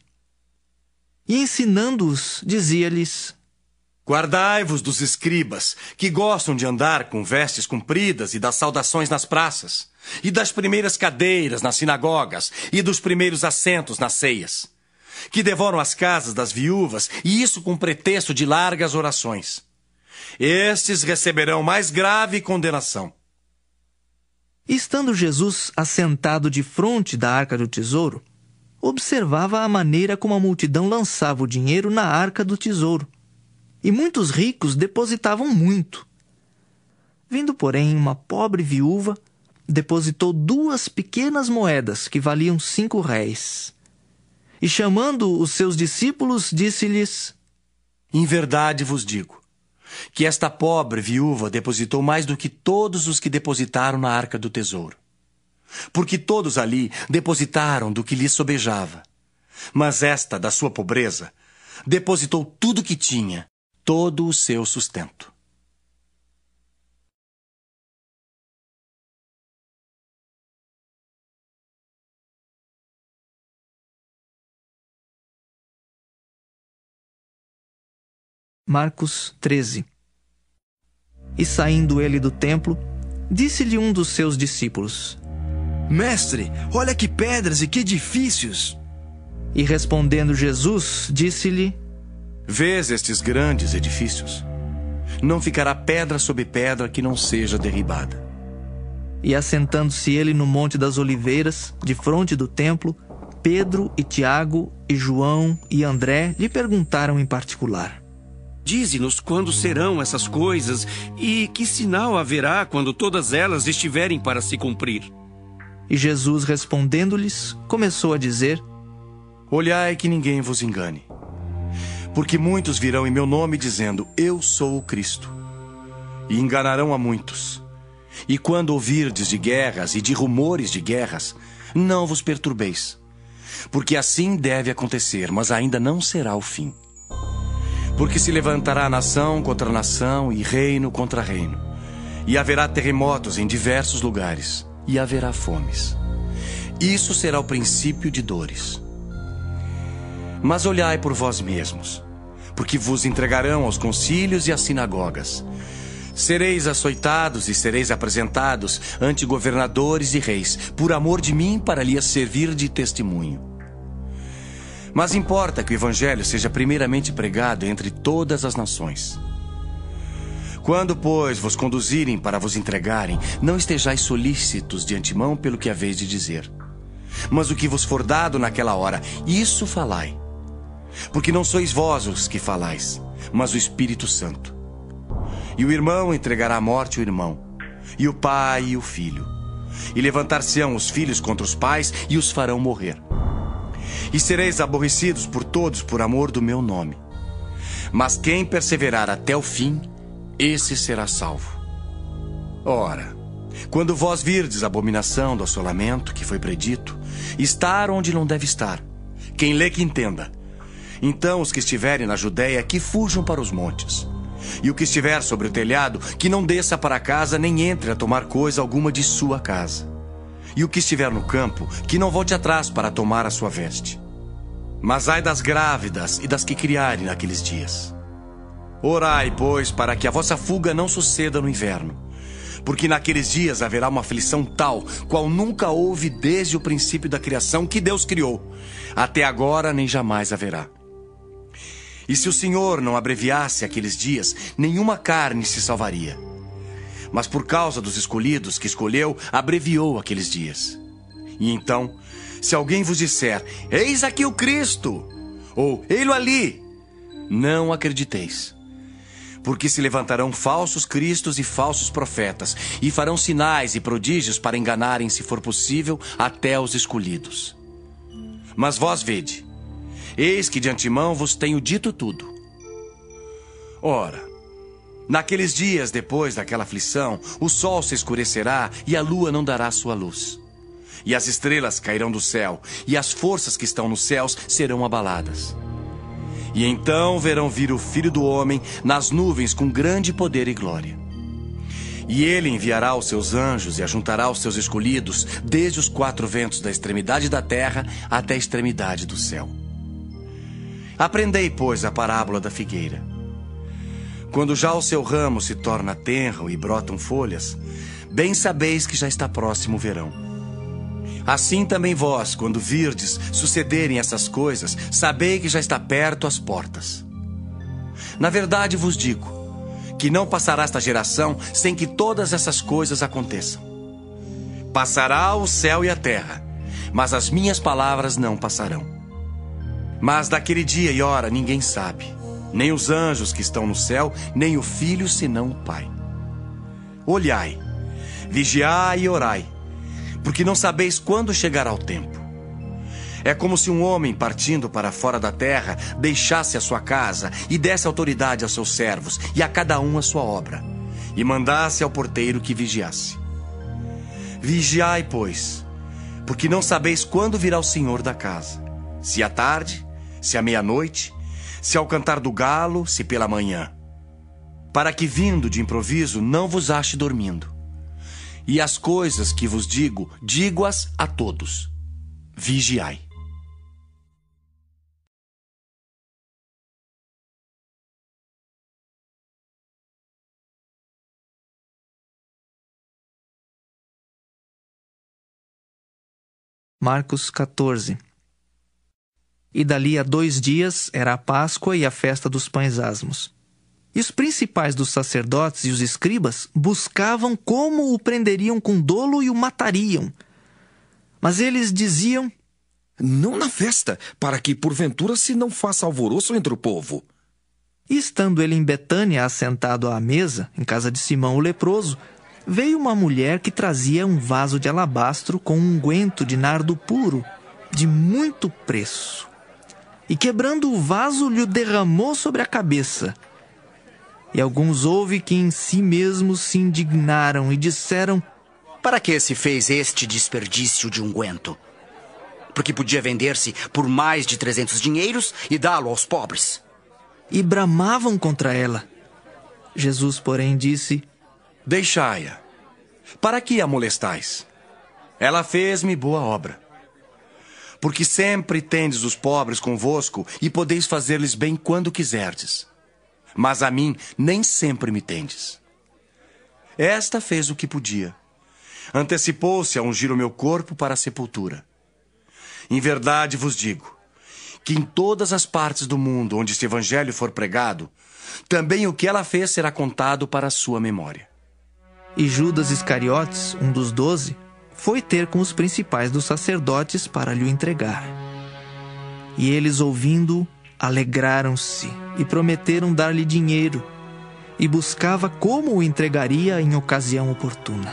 E ensinando-os, dizia-lhes: Guardai-vos dos escribas, que gostam de andar com vestes compridas e das saudações nas praças, e das primeiras cadeiras nas sinagogas, e dos primeiros assentos nas ceias, que devoram as casas das viúvas, e isso com pretexto de largas orações. Estes receberão mais grave condenação. Estando Jesus assentado de frente da arca do tesouro, observava a maneira como a multidão lançava o dinheiro na arca do tesouro, e muitos ricos depositavam muito. Vindo, porém, uma pobre viúva, depositou 2 pequenas moedas que valiam 5 réis. E chamando os seus discípulos, disse-lhes: Em verdade vos digo, que esta pobre viúva depositou mais do que todos os que depositaram na arca do tesouro. Porque todos ali depositaram do que lhes sobejava. Mas esta, da sua pobreza, depositou tudo que tinha, todo o seu sustento. Marcos 13. E saindo ele do templo, disse-lhe um dos seus discípulos: Mestre, olha que pedras e que edifícios! E respondendo Jesus, disse-lhe: Vês estes grandes edifícios? Não ficará pedra sobre pedra que não seja derribada. E assentando-se ele no Monte das Oliveiras, defronte do templo, Pedro e Tiago e João e André lhe perguntaram em particular: Dize-nos quando serão essas coisas e que sinal haverá quando todas elas estiverem para se cumprir. E Jesus, respondendo-lhes, começou a dizer: Olhai que ninguém vos engane. Porque muitos virão em meu nome dizendo: Eu sou o Cristo. E enganarão a muitos. E quando ouvirdes de guerras e de rumores de guerras, não vos perturbeis. Porque assim deve acontecer, mas ainda não será o fim. Porque se levantará nação contra nação e reino contra reino. E haverá terremotos em diversos lugares. E haverá fomes. Isso será o princípio de dores. Mas olhai por vós mesmos, porque vos entregarão aos concílios e às sinagogas. Sereis açoitados e sereis apresentados ante governadores e reis, por amor de mim, para lhes servir de testemunho. Mas importa que o evangelho seja primeiramente pregado entre todas as nações. Quando, pois, vos conduzirem para vos entregarem, não estejais solícitos de antemão pelo que haveis de dizer. Mas o que vos for dado naquela hora, isso falai. Porque não sois vós os que falais, mas o Espírito Santo. E o irmão entregará à morte o irmão, e o pai e o filho. E levantar-se-ão os filhos contra os pais e os farão morrer. E sereis aborrecidos por todos por amor do meu nome. Mas quem perseverar até o fim, esse será salvo. Ora, quando vós virdes a abominação do assolamento que foi predito, estar onde não deve estar, quem lê que entenda. Então os que estiverem na Judéia, que fujam para os montes. E o que estiver sobre o telhado, que não desça para casa, nem entre a tomar coisa alguma de sua casa. E o que estiver no campo, que não volte atrás para tomar a sua veste. Mas ai das grávidas e das que criarem naqueles dias. Orai, pois, para que a vossa fuga não suceda no inverno. Porque naqueles dias haverá uma aflição tal, qual nunca houve desde o princípio da criação que Deus criou. Até agora nem jamais haverá. E se o Senhor não abreviasse aqueles dias, nenhuma carne se salvaria. Mas por causa dos escolhidos que escolheu, abreviou aqueles dias. E então, se alguém vos disser: Eis aqui o Cristo, ou ei-lo ali, não acrediteis. Porque se levantarão falsos cristos e falsos profetas, e farão sinais e prodígios para enganarem, se for possível, até os escolhidos. Mas vós vede, eis que de antemão vos tenho dito tudo. Ora, naqueles dias depois daquela aflição, o sol se escurecerá e a lua não dará sua luz. E as estrelas cairão do céu, e as forças que estão nos céus serão abaladas. E então verão vir o Filho do Homem nas nuvens com grande poder e glória. E ele enviará os seus anjos e ajuntará os seus escolhidos desde os 4 ventos da extremidade da terra até a extremidade do céu. Aprendei, pois, a parábola da figueira. Quando já o seu ramo se torna tenro e brotam folhas, bem sabeis que já está próximo o verão. Assim também vós, quando virdes sucederem essas coisas, sabei que já está perto as portas. Na verdade vos digo, que não passará esta geração sem que todas essas coisas aconteçam. Passará o céu e a terra, mas as minhas palavras não passarão. Mas daquele dia e hora ninguém sabe, nem os anjos que estão no céu, nem o Filho, senão o Pai. Olhai, vigiai e orai, porque não sabeis quando chegará o tempo. É como se um homem, partindo para fora da terra, deixasse a sua casa e desse autoridade aos seus servos e a cada um a sua obra, e mandasse ao porteiro que vigiasse. Vigiai, pois, porque não sabeis quando virá o Senhor da casa, se à tarde, se à meia-noite, se ao cantar do galo, se pela manhã, para que vindo de improviso não vos ache dormindo. E as coisas que vos digo, digo-as a todos. Vigiai. Marcos 14. E dali a 2 dias era a Páscoa e a festa dos pães asmos. E os principais dos sacerdotes e os escribas buscavam como o prenderiam com dolo e o matariam. Mas eles diziam: não na festa, para que porventura se não faça alvoroço entre o povo. E estando ele em Betânia, assentado à mesa, em casa de Simão o leproso, veio uma mulher que trazia um vaso de alabastro com um unguento de nardo puro, de muito preço. E quebrando o vaso, lhe o derramou sobre a cabeça. E alguns houve que em si mesmos se indignaram e disseram: para que se fez este desperdício de unguento? Porque podia vender-se por mais de 300 dinheiros e dá-lo aos pobres. E bramavam contra ela. Jesus, porém, disse: deixai-a. Para que a molestais? Ela fez-me boa obra. Porque sempre tendes os pobres convosco e podeis fazer-lhes bem quando quiserdes. Mas a mim nem sempre me tendes. Esta fez o que podia. Antecipou-se a ungir o meu corpo para a sepultura. Em verdade vos digo, que em todas as partes do mundo onde este evangelho for pregado, também o que ela fez será contado para a sua memória. E Judas Iscariotes, um dos 12, foi ter com os principais dos sacerdotes para lhe o entregar. E eles, ouvindo-o, alegraram-se e prometeram dar-lhe dinheiro, e buscava como o entregaria em ocasião oportuna.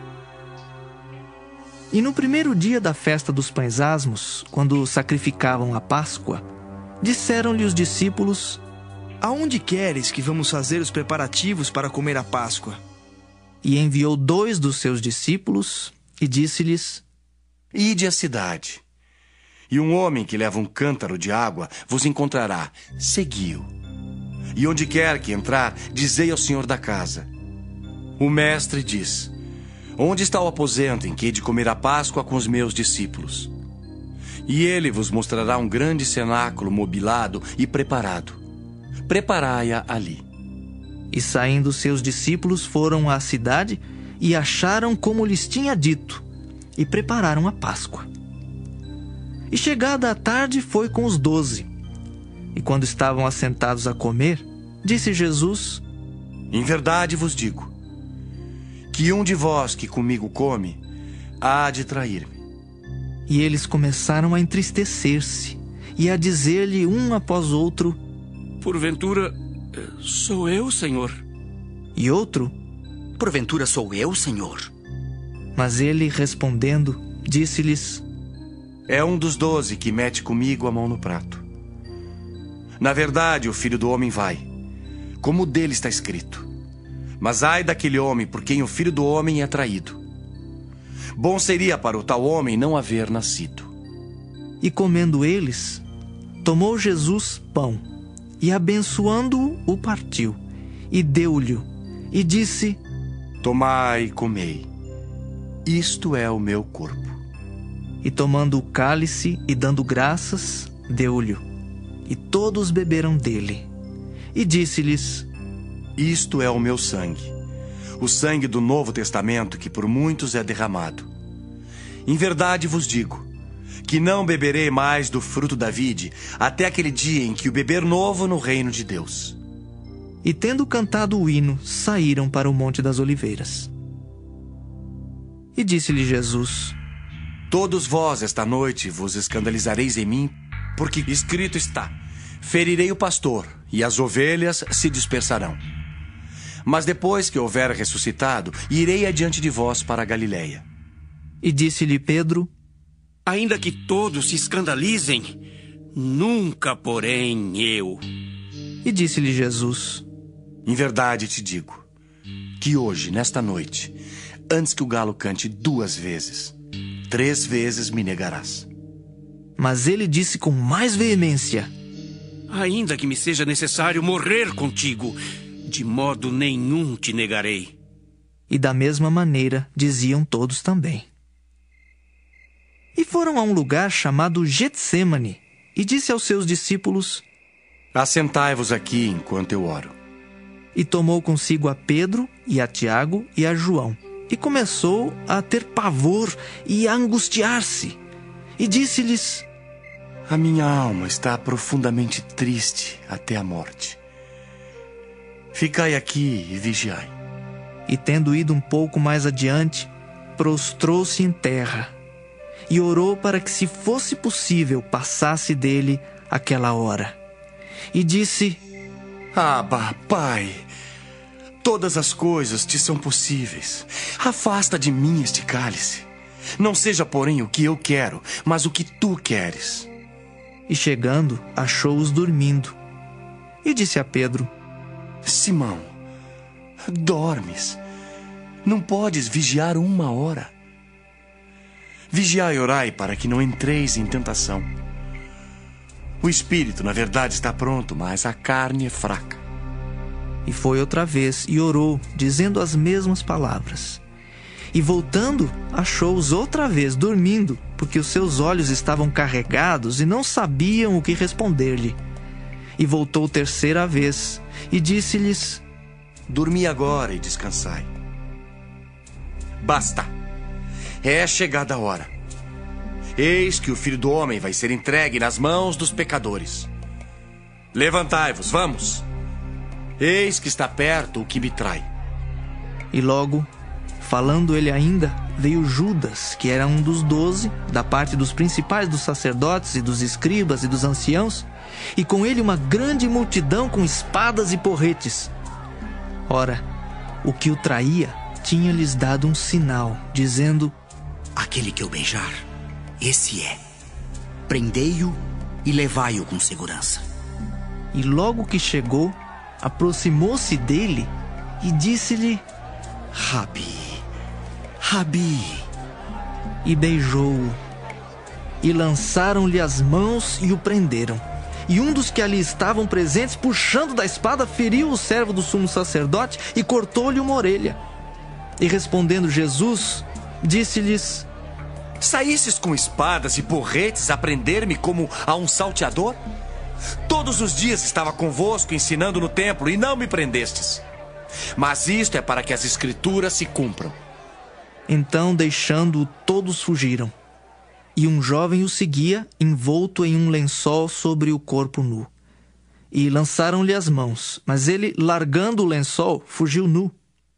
E no primeiro dia da festa dos pães asmos, quando sacrificavam a Páscoa, disseram-lhe os discípulos: aonde queres que vamos fazer os preparativos para comer a Páscoa? E enviou 2 dos seus discípulos e disse-lhes: ide à cidade, e um homem que leva um cântaro de água vos encontrará, segui-o. E onde quer que entrar, dizei ao senhor da casa: o mestre diz: onde está o aposento em que hei de comer a Páscoa com os meus discípulos? E ele vos mostrará um grande cenáculo mobilado e preparado. Preparai-a ali. E saindo seus discípulos foram à cidade e acharam como lhes tinha dito, e prepararam a Páscoa. E chegada a tarde foi com os 12. E quando estavam assentados a comer, disse Jesus: em verdade vos digo, que um de vós que comigo come, há de trair-me. E eles começaram a entristecer-se, e a dizer-lhe um após outro: porventura, sou eu, Senhor? E outro: porventura sou eu, Senhor? Mas ele, respondendo, disse-lhes: é um dos 12 que mete comigo a mão no prato. Na verdade, o Filho do Homem vai, como dele está escrito. Mas ai daquele homem por quem o Filho do Homem é traído. Bom seria para o tal homem não haver nascido. E comendo eles, tomou Jesus pão, e abençoando-o, o partiu, e deu-lhe, e disse: tomai e comei, isto é o meu corpo. E tomando o cálice e dando graças, deu-lhe, e todos beberam dele. E disse-lhes: isto é o meu sangue, o sangue do Novo Testamento que por muitos é derramado. Em verdade vos digo, que não beberei mais do fruto da vide, até aquele dia em que o beber novo no reino de Deus. E tendo cantado o hino, saíram para o Monte das Oliveiras. E disse-lhe Jesus: Todos vós esta noite vos escandalizareis em mim, porque escrito está: ferirei o pastor, e as ovelhas se dispersarão. Mas depois que houver ressuscitado, irei adiante de vós para a Galiléia. E disse-lhe Pedro: Ainda que todos se escandalizem, nunca, porém, eu. E disse-lhe Jesus: Em verdade te digo, que hoje, nesta noite, antes que o galo cante 2 vezes, 3 vezes me negarás. Mas ele disse com mais veemência: Ainda que me seja necessário morrer contigo, de modo nenhum te negarei. E da mesma maneira diziam todos também. E foram a um lugar chamado Getsêmani, e disse aos seus discípulos: Assentai-vos aqui enquanto eu oro. E tomou consigo a Pedro e a Tiago e a João, e começou a ter pavor e a angustiar-se. E disse-lhes: A minha alma está profundamente triste até a morte. Ficai aqui e vigiai. E tendo ido um pouco mais adiante, prostrou-se em terra e orou para que, se fosse possível, passasse dele aquela hora. E disse: Abba, Pai, todas as coisas te são possíveis. Afasta de mim este cálice. Não seja, porém, o que eu quero, mas o que tu queres. E chegando, achou-os dormindo. E disse a Pedro: Simão, dormes? Não podes vigiar 1 hora? Vigiai e orai para que não entreis em tentação. O espírito, na verdade, está pronto, mas a carne é fraca. E foi outra vez e orou, dizendo as mesmas palavras. E voltando, achou-os outra vez dormindo, porque os seus olhos estavam carregados e não sabiam o que responder-lhe. E voltou 3ª vez e disse-lhes: Dormi agora e descansai. Basta! É chegada a hora. Eis que o Filho do Homem vai ser entregue nas mãos dos pecadores. Levantai-vos, vamos! Eis que está perto o que me trai. E logo, falando ele ainda, veio Judas, que era um dos 12, da parte dos principais dos sacerdotes e dos escribas e dos anciãos, e com ele uma grande multidão com espadas e porretes. Ora, o que o traía tinha-lhes dado um sinal, dizendo: Aquele que eu beijar, esse é. Prendei-o e levai-o com segurança. E logo que chegou, aproximou-se dele e disse-lhe: Rabi, Rabi. E beijou-o. E lançaram-lhe as mãos e o prenderam. E um dos que ali estavam presentes, puxando da espada, feriu o servo do sumo sacerdote e cortou-lhe uma orelha. E respondendo Jesus, disse-lhes: Saístes com espadas e porretes a prender-me como a um salteador? Todos os dias estava convosco ensinando no templo e não me prendestes. Mas isto é para que as escrituras se cumpram. Então, deixando-o, todos fugiram. E um jovem o seguia, envolto em um lençol sobre o corpo nu. E lançaram-lhe as mãos, mas ele, largando o lençol, fugiu nu.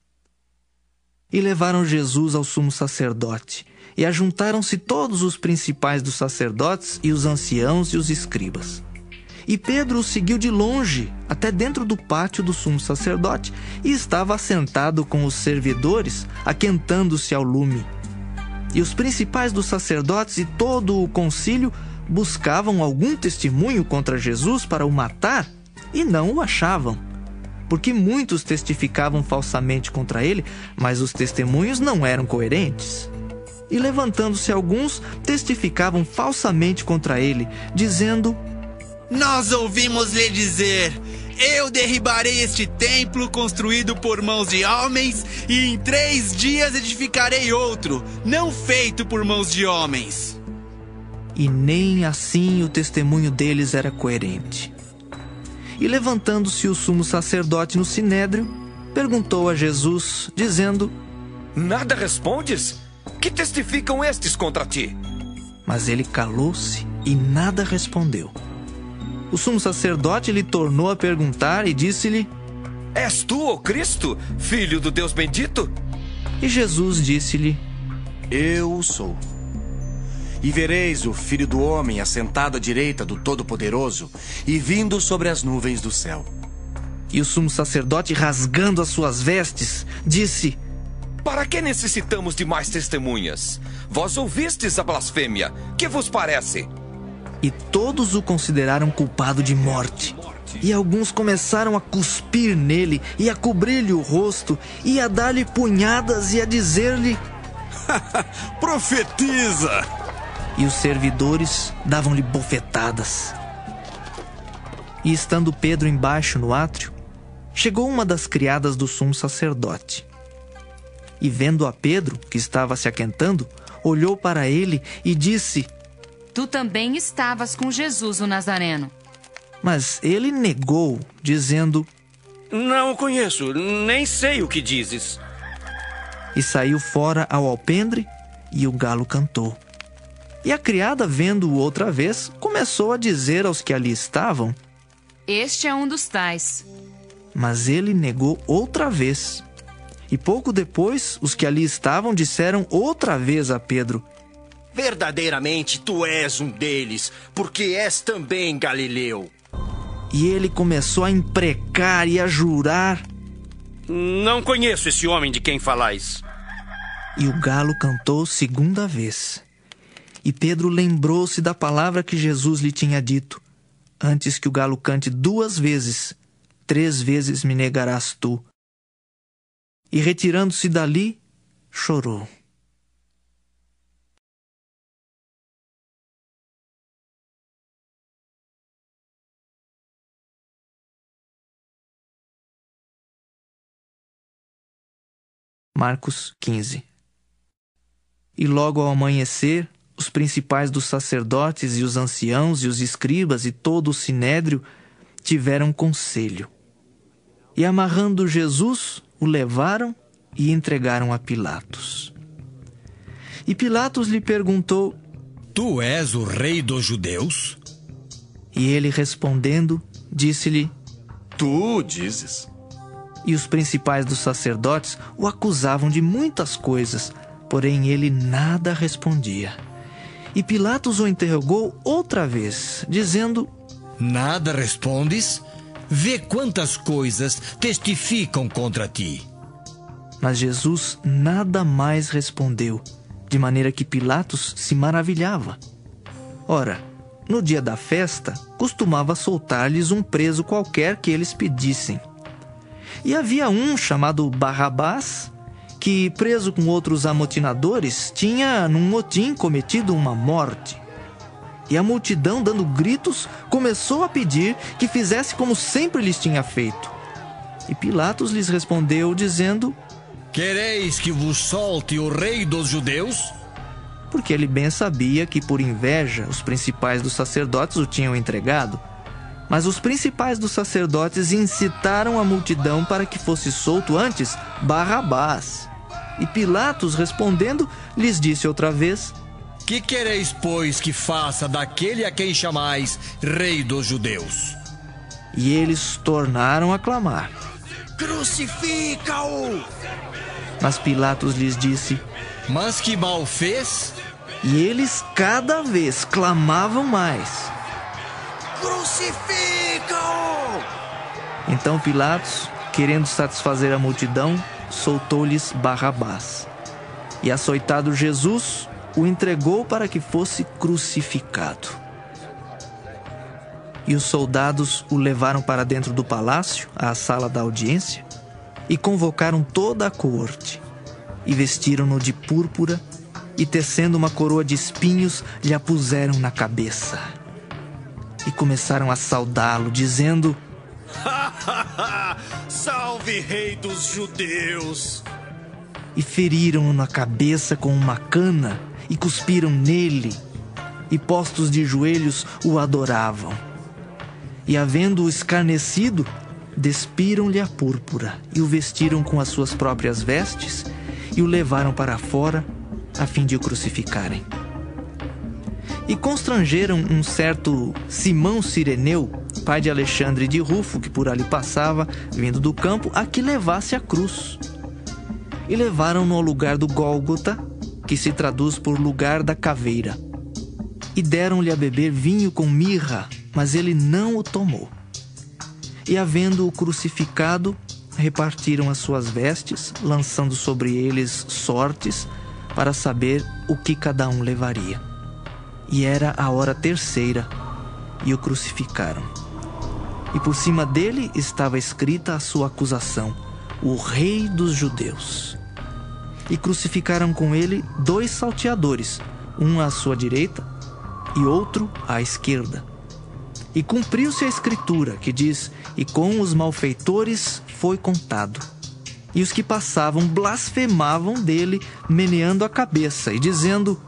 E levaram Jesus ao sumo sacerdote. E ajuntaram-se todos os principais dos sacerdotes e os anciãos e os escribas. E Pedro o seguiu de longe, até dentro do pátio do sumo sacerdote, e estava assentado com os servidores, aquentando-se ao lume. E os principais dos sacerdotes e todo o concílio buscavam algum testemunho contra Jesus para o matar, e não o achavam. Porque muitos testificavam falsamente contra ele, mas os testemunhos não eram coerentes. E levantando-se alguns, testificavam falsamente contra ele, dizendo: Nós ouvimos lhe dizer: Eu derribarei este templo construído por mãos de homens, e em 3 dias edificarei outro, não feito por mãos de homens. E nem assim o testemunho deles era coerente. E levantando-se o sumo sacerdote no sinédrio, perguntou a Jesus, dizendo: Nada respondes? Que testificam estes contra ti? Mas ele calou-se e nada respondeu. O sumo sacerdote lhe tornou a perguntar e disse-lhe: És tu, o Cristo, filho do Deus bendito? E Jesus disse-lhe: Eu sou. E vereis o Filho do Homem assentado à direita do Todo-Poderoso e vindo sobre as nuvens do céu. E o sumo sacerdote, rasgando as suas vestes, disse: Para que necessitamos de mais testemunhas? Vós ouvistes a blasfêmia. Que vos parece? E todos o consideraram culpado de morte. E alguns começaram a cuspir nele, e a cobrir-lhe o rosto, e a dar-lhe punhadas, e a dizer-lhe: Profetiza! E os servidores davam-lhe bofetadas. E estando Pedro embaixo no átrio, chegou uma das criadas do sumo sacerdote. E vendo a Pedro, que estava se aquentando, olhou para ele e disse: Tu também estavas com Jesus o Nazareno. Mas ele negou, dizendo: Não o conheço, nem sei o que dizes. E saiu fora ao alpendre, e o galo cantou. E a criada, vendo-o outra vez, começou a dizer aos que ali estavam: Este é um dos tais. Mas ele negou outra vez. E pouco depois, os que ali estavam disseram outra vez a Pedro: Verdadeiramente tu és um deles, porque és também galileu. E ele começou a imprecar e a jurar: Não conheço esse homem de quem falais. E o galo cantou segunda vez. E Pedro lembrou-se da palavra que Jesus lhe tinha dito: Antes que o galo cante 2 vezes, 3 vezes me negarás tu. E retirando-se dali, chorou. Marcos 15. E logo ao amanhecer, os principais dos sacerdotes e os anciãos e os escribas e todo o sinédrio tiveram conselho. E amarrando Jesus, o levaram e entregaram a Pilatos. E Pilatos lhe perguntou: Tu és o rei dos judeus? E ele respondendo, disse-lhe: Tu dizes. E os principais dos sacerdotes o acusavam de muitas coisas, porém ele nada respondia. E Pilatos o interrogou outra vez, dizendo: Nada respondes? Vê quantas coisas testificam contra ti. Mas Jesus nada mais respondeu, de maneira que Pilatos se maravilhava. Ora, no dia da festa, costumava soltar-lhes um preso qualquer que eles pedissem. E havia um chamado Barrabás, que, preso com outros amotinadores, tinha num motim cometido uma morte. E a multidão, dando gritos, começou a pedir que fizesse como sempre lhes tinha feito. E Pilatos lhes respondeu, dizendo: Quereis que vos solte o rei dos judeus? Porque ele bem sabia que, por inveja, os principais dos sacerdotes o tinham entregado. Mas os principais dos sacerdotes incitaram a multidão para que fosse solto antes Barrabás. E Pilatos, respondendo, lhes disse outra vez: Que quereis, pois, que faça daquele a quem chamais rei dos judeus? E eles tornaram a clamar: Crucifica-o! Mas Pilatos lhes disse: Mas que mal fez? E eles cada vez clamavam mais: Crucifica-o! Então Pilatos, querendo satisfazer a multidão, soltou-lhes Barrabás. E açoitado Jesus, o entregou para que fosse crucificado. E os soldados o levaram para dentro do palácio, à sala da audiência, e convocaram toda a corte. E vestiram-no de púrpura, e tecendo uma coroa de espinhos, lhe a puseram na cabeça. E começaram a saudá-lo, dizendo: Salve, rei dos judeus! E feriram-no na cabeça com uma cana, e cuspiram nele, e postos de joelhos o adoravam. E havendo-o escarnecido, despiram-lhe a púrpura, e o vestiram com as suas próprias vestes, e o levaram para fora, a fim de o crucificarem. E constrangeram um certo Simão Cireneu, pai de Alexandre de Rufo, que por ali passava, vindo do campo, a que levasse a cruz. E levaram-no ao lugar do Gólgota, que se traduz por lugar da caveira. E deram-lhe a beber vinho com mirra, mas ele não o tomou. E havendo-o crucificado, repartiram as suas vestes, lançando sobre eles sortes, para saber o que cada um levaria. E era a hora terceira, e o crucificaram. E por cima dele estava escrita a sua acusação: o Rei dos Judeus. E crucificaram com ele 2 salteadores, um à sua direita e outro à esquerda. E cumpriu-se a escritura, que diz: e com os malfeitores foi contado. E os que passavam blasfemavam dele, meneando a cabeça e dizendo: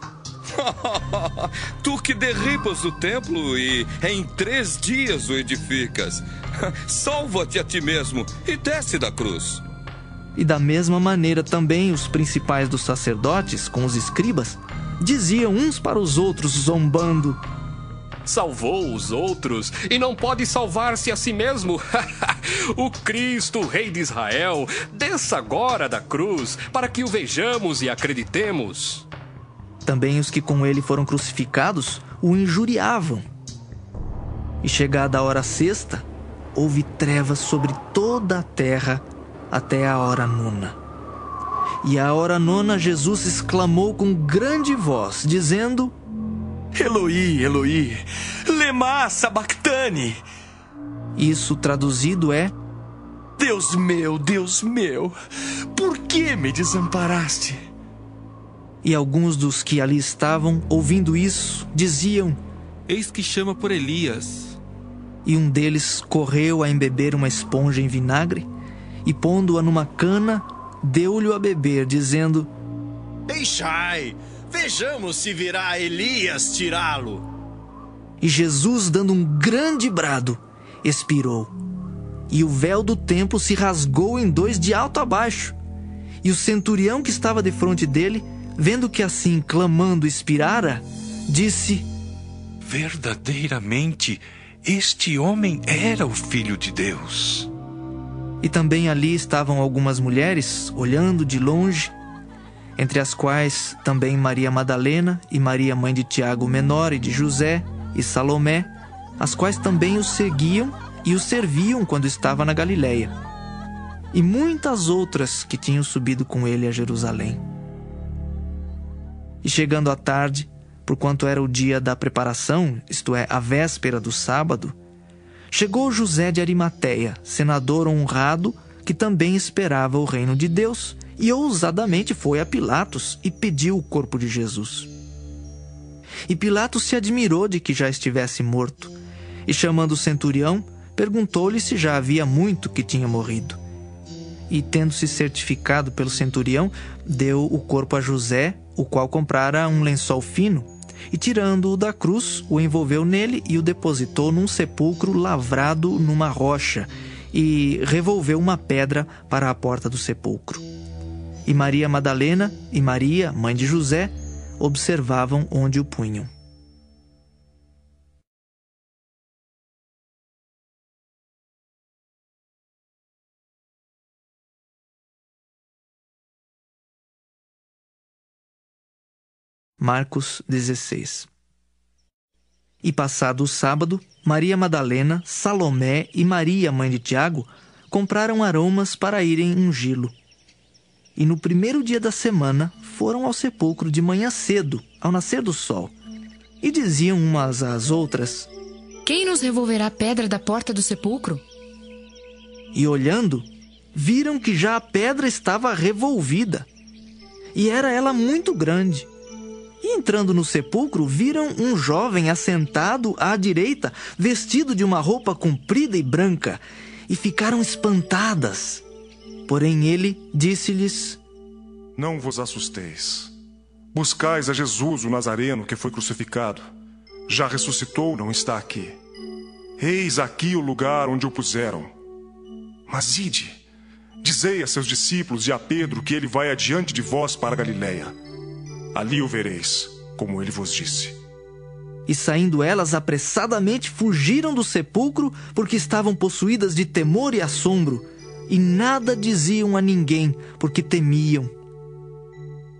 Tu que derribas o templo e em 3 dias o edificas, salva-te a ti mesmo e desce da cruz. E da mesma maneira também os principais dos sacerdotes, com os escribas, diziam uns para os outros, zombando: Salvou os outros e não pode salvar-se a si mesmo. O Cristo, Rei de Israel, desça agora da cruz para que o vejamos e acreditemos. Também os que com ele foram crucificados o injuriavam. E chegada a hora sexta, houve trevas sobre toda a terra até a hora nona. E à hora nona Jesus exclamou com grande voz, dizendo: Eloi, Eloi, lema sabachthani. Isso traduzido é: Deus meu, por que me desamparaste? E alguns dos que ali estavam, ouvindo isso, diziam: Eis que chama por Elias. E um deles correu a embeber uma esponja em vinagre e, pondo-a numa cana, deu-lhe a beber, dizendo: Deixai, vejamos se virá Elias tirá-lo. E Jesus, dando um grande brado, expirou. E o véu do templo se rasgou em 2 de alto a baixo. E o centurião que estava defronte dele, vendo que assim, clamando, expirara, disse: Verdadeiramente, este homem era o Filho de Deus. E também ali estavam algumas mulheres, olhando de longe, entre as quais também Maria Madalena e Maria, mãe de Tiago Menor e de José, e Salomé, as quais também o seguiam e o serviam quando estava na Galileia. E muitas outras que tinham subido com ele a Jerusalém. E chegando à tarde, porquanto era o dia da preparação, isto é, a véspera do sábado, chegou José de Arimateia, senador honrado, que também esperava o reino de Deus, e ousadamente foi a Pilatos e pediu o corpo de Jesus. E Pilatos se admirou de que já estivesse morto, e chamando o centurião, perguntou-lhe se já havia muito que tinha morrido. E, tendo-se certificado pelo centurião, deu o corpo a José, o qual comprara um lençol fino, e tirando-o da cruz, o envolveu nele e o depositou num sepulcro lavrado numa rocha, e revolveu uma pedra para a porta do sepulcro. E Maria Madalena e Maria, mãe de José, observavam onde o punham. Marcos 16. E passado o sábado, Maria Madalena, Salomé e Maria, mãe de Tiago, compraram aromas para irem ungí-lo. E no primeiro dia da semana, foram ao sepulcro de manhã cedo, ao nascer do sol. E diziam umas às outras: Quem nos revolverá a pedra da porta do sepulcro? E olhando, viram que já a pedra estava revolvida. E era ela muito grande. E entrando no sepulcro, viram um jovem assentado à direita, vestido de uma roupa comprida e branca, e ficaram espantadas. Porém ele disse-lhes: Não vos assusteis. Buscais a Jesus, o Nazareno, que foi crucificado. Já ressuscitou, não está aqui. Eis aqui o lugar onde o puseram. Mas ide, dizei a seus discípulos e a Pedro que ele vai adiante de vós para a Galileia. Ali o vereis, como ele vos disse. E saindo elas apressadamente fugiram do sepulcro, porque estavam possuídas de temor e assombro, e nada diziam a ninguém, porque temiam.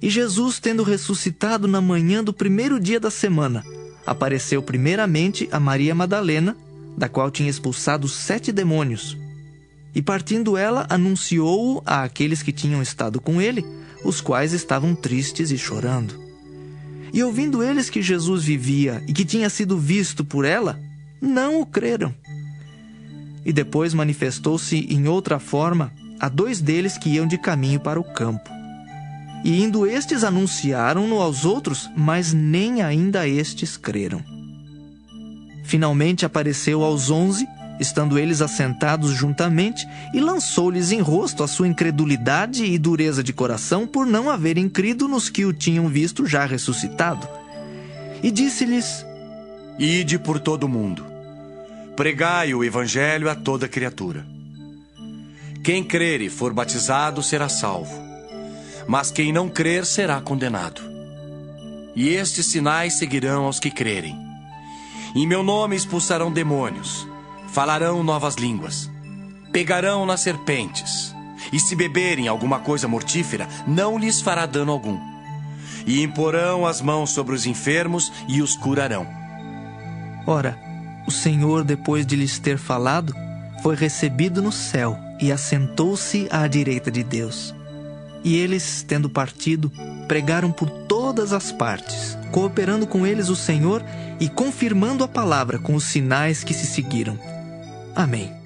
E Jesus, tendo ressuscitado na manhã do primeiro dia da semana, apareceu primeiramente a Maria Madalena, da qual tinha expulsado 7 demônios. E partindo ela, anunciou-o a aqueles que tinham estado com ele, os quais estavam tristes e chorando. E ouvindo eles que Jesus vivia e que tinha sido visto por ela, não o creram. E depois manifestou-se em outra forma a 2 deles que iam de caminho para o campo. E indo estes, anunciaram-no aos outros, mas nem ainda estes creram. Finalmente apareceu aos 11, estando eles assentados juntamente, e lançou-lhes em rosto a sua incredulidade e dureza de coração por não haverem crido nos que o tinham visto já ressuscitado. E disse-lhes: Ide por todo o mundo, pregai o evangelho a toda criatura. Quem crer e for batizado será salvo, mas quem não crer será condenado. E estes sinais seguirão aos que crerem. Em meu nome expulsarão demônios, falarão novas línguas, pegarão nas serpentes, e se beberem alguma coisa mortífera, não lhes fará dano algum. E imporão as mãos sobre os enfermos e os curarão. Ora, o Senhor, depois de lhes ter falado, foi recebido no céu e assentou-se à direita de Deus. E eles, tendo partido, pregaram por todas as partes, cooperando com eles o Senhor e confirmando a palavra com os sinais que se seguiram. Amém.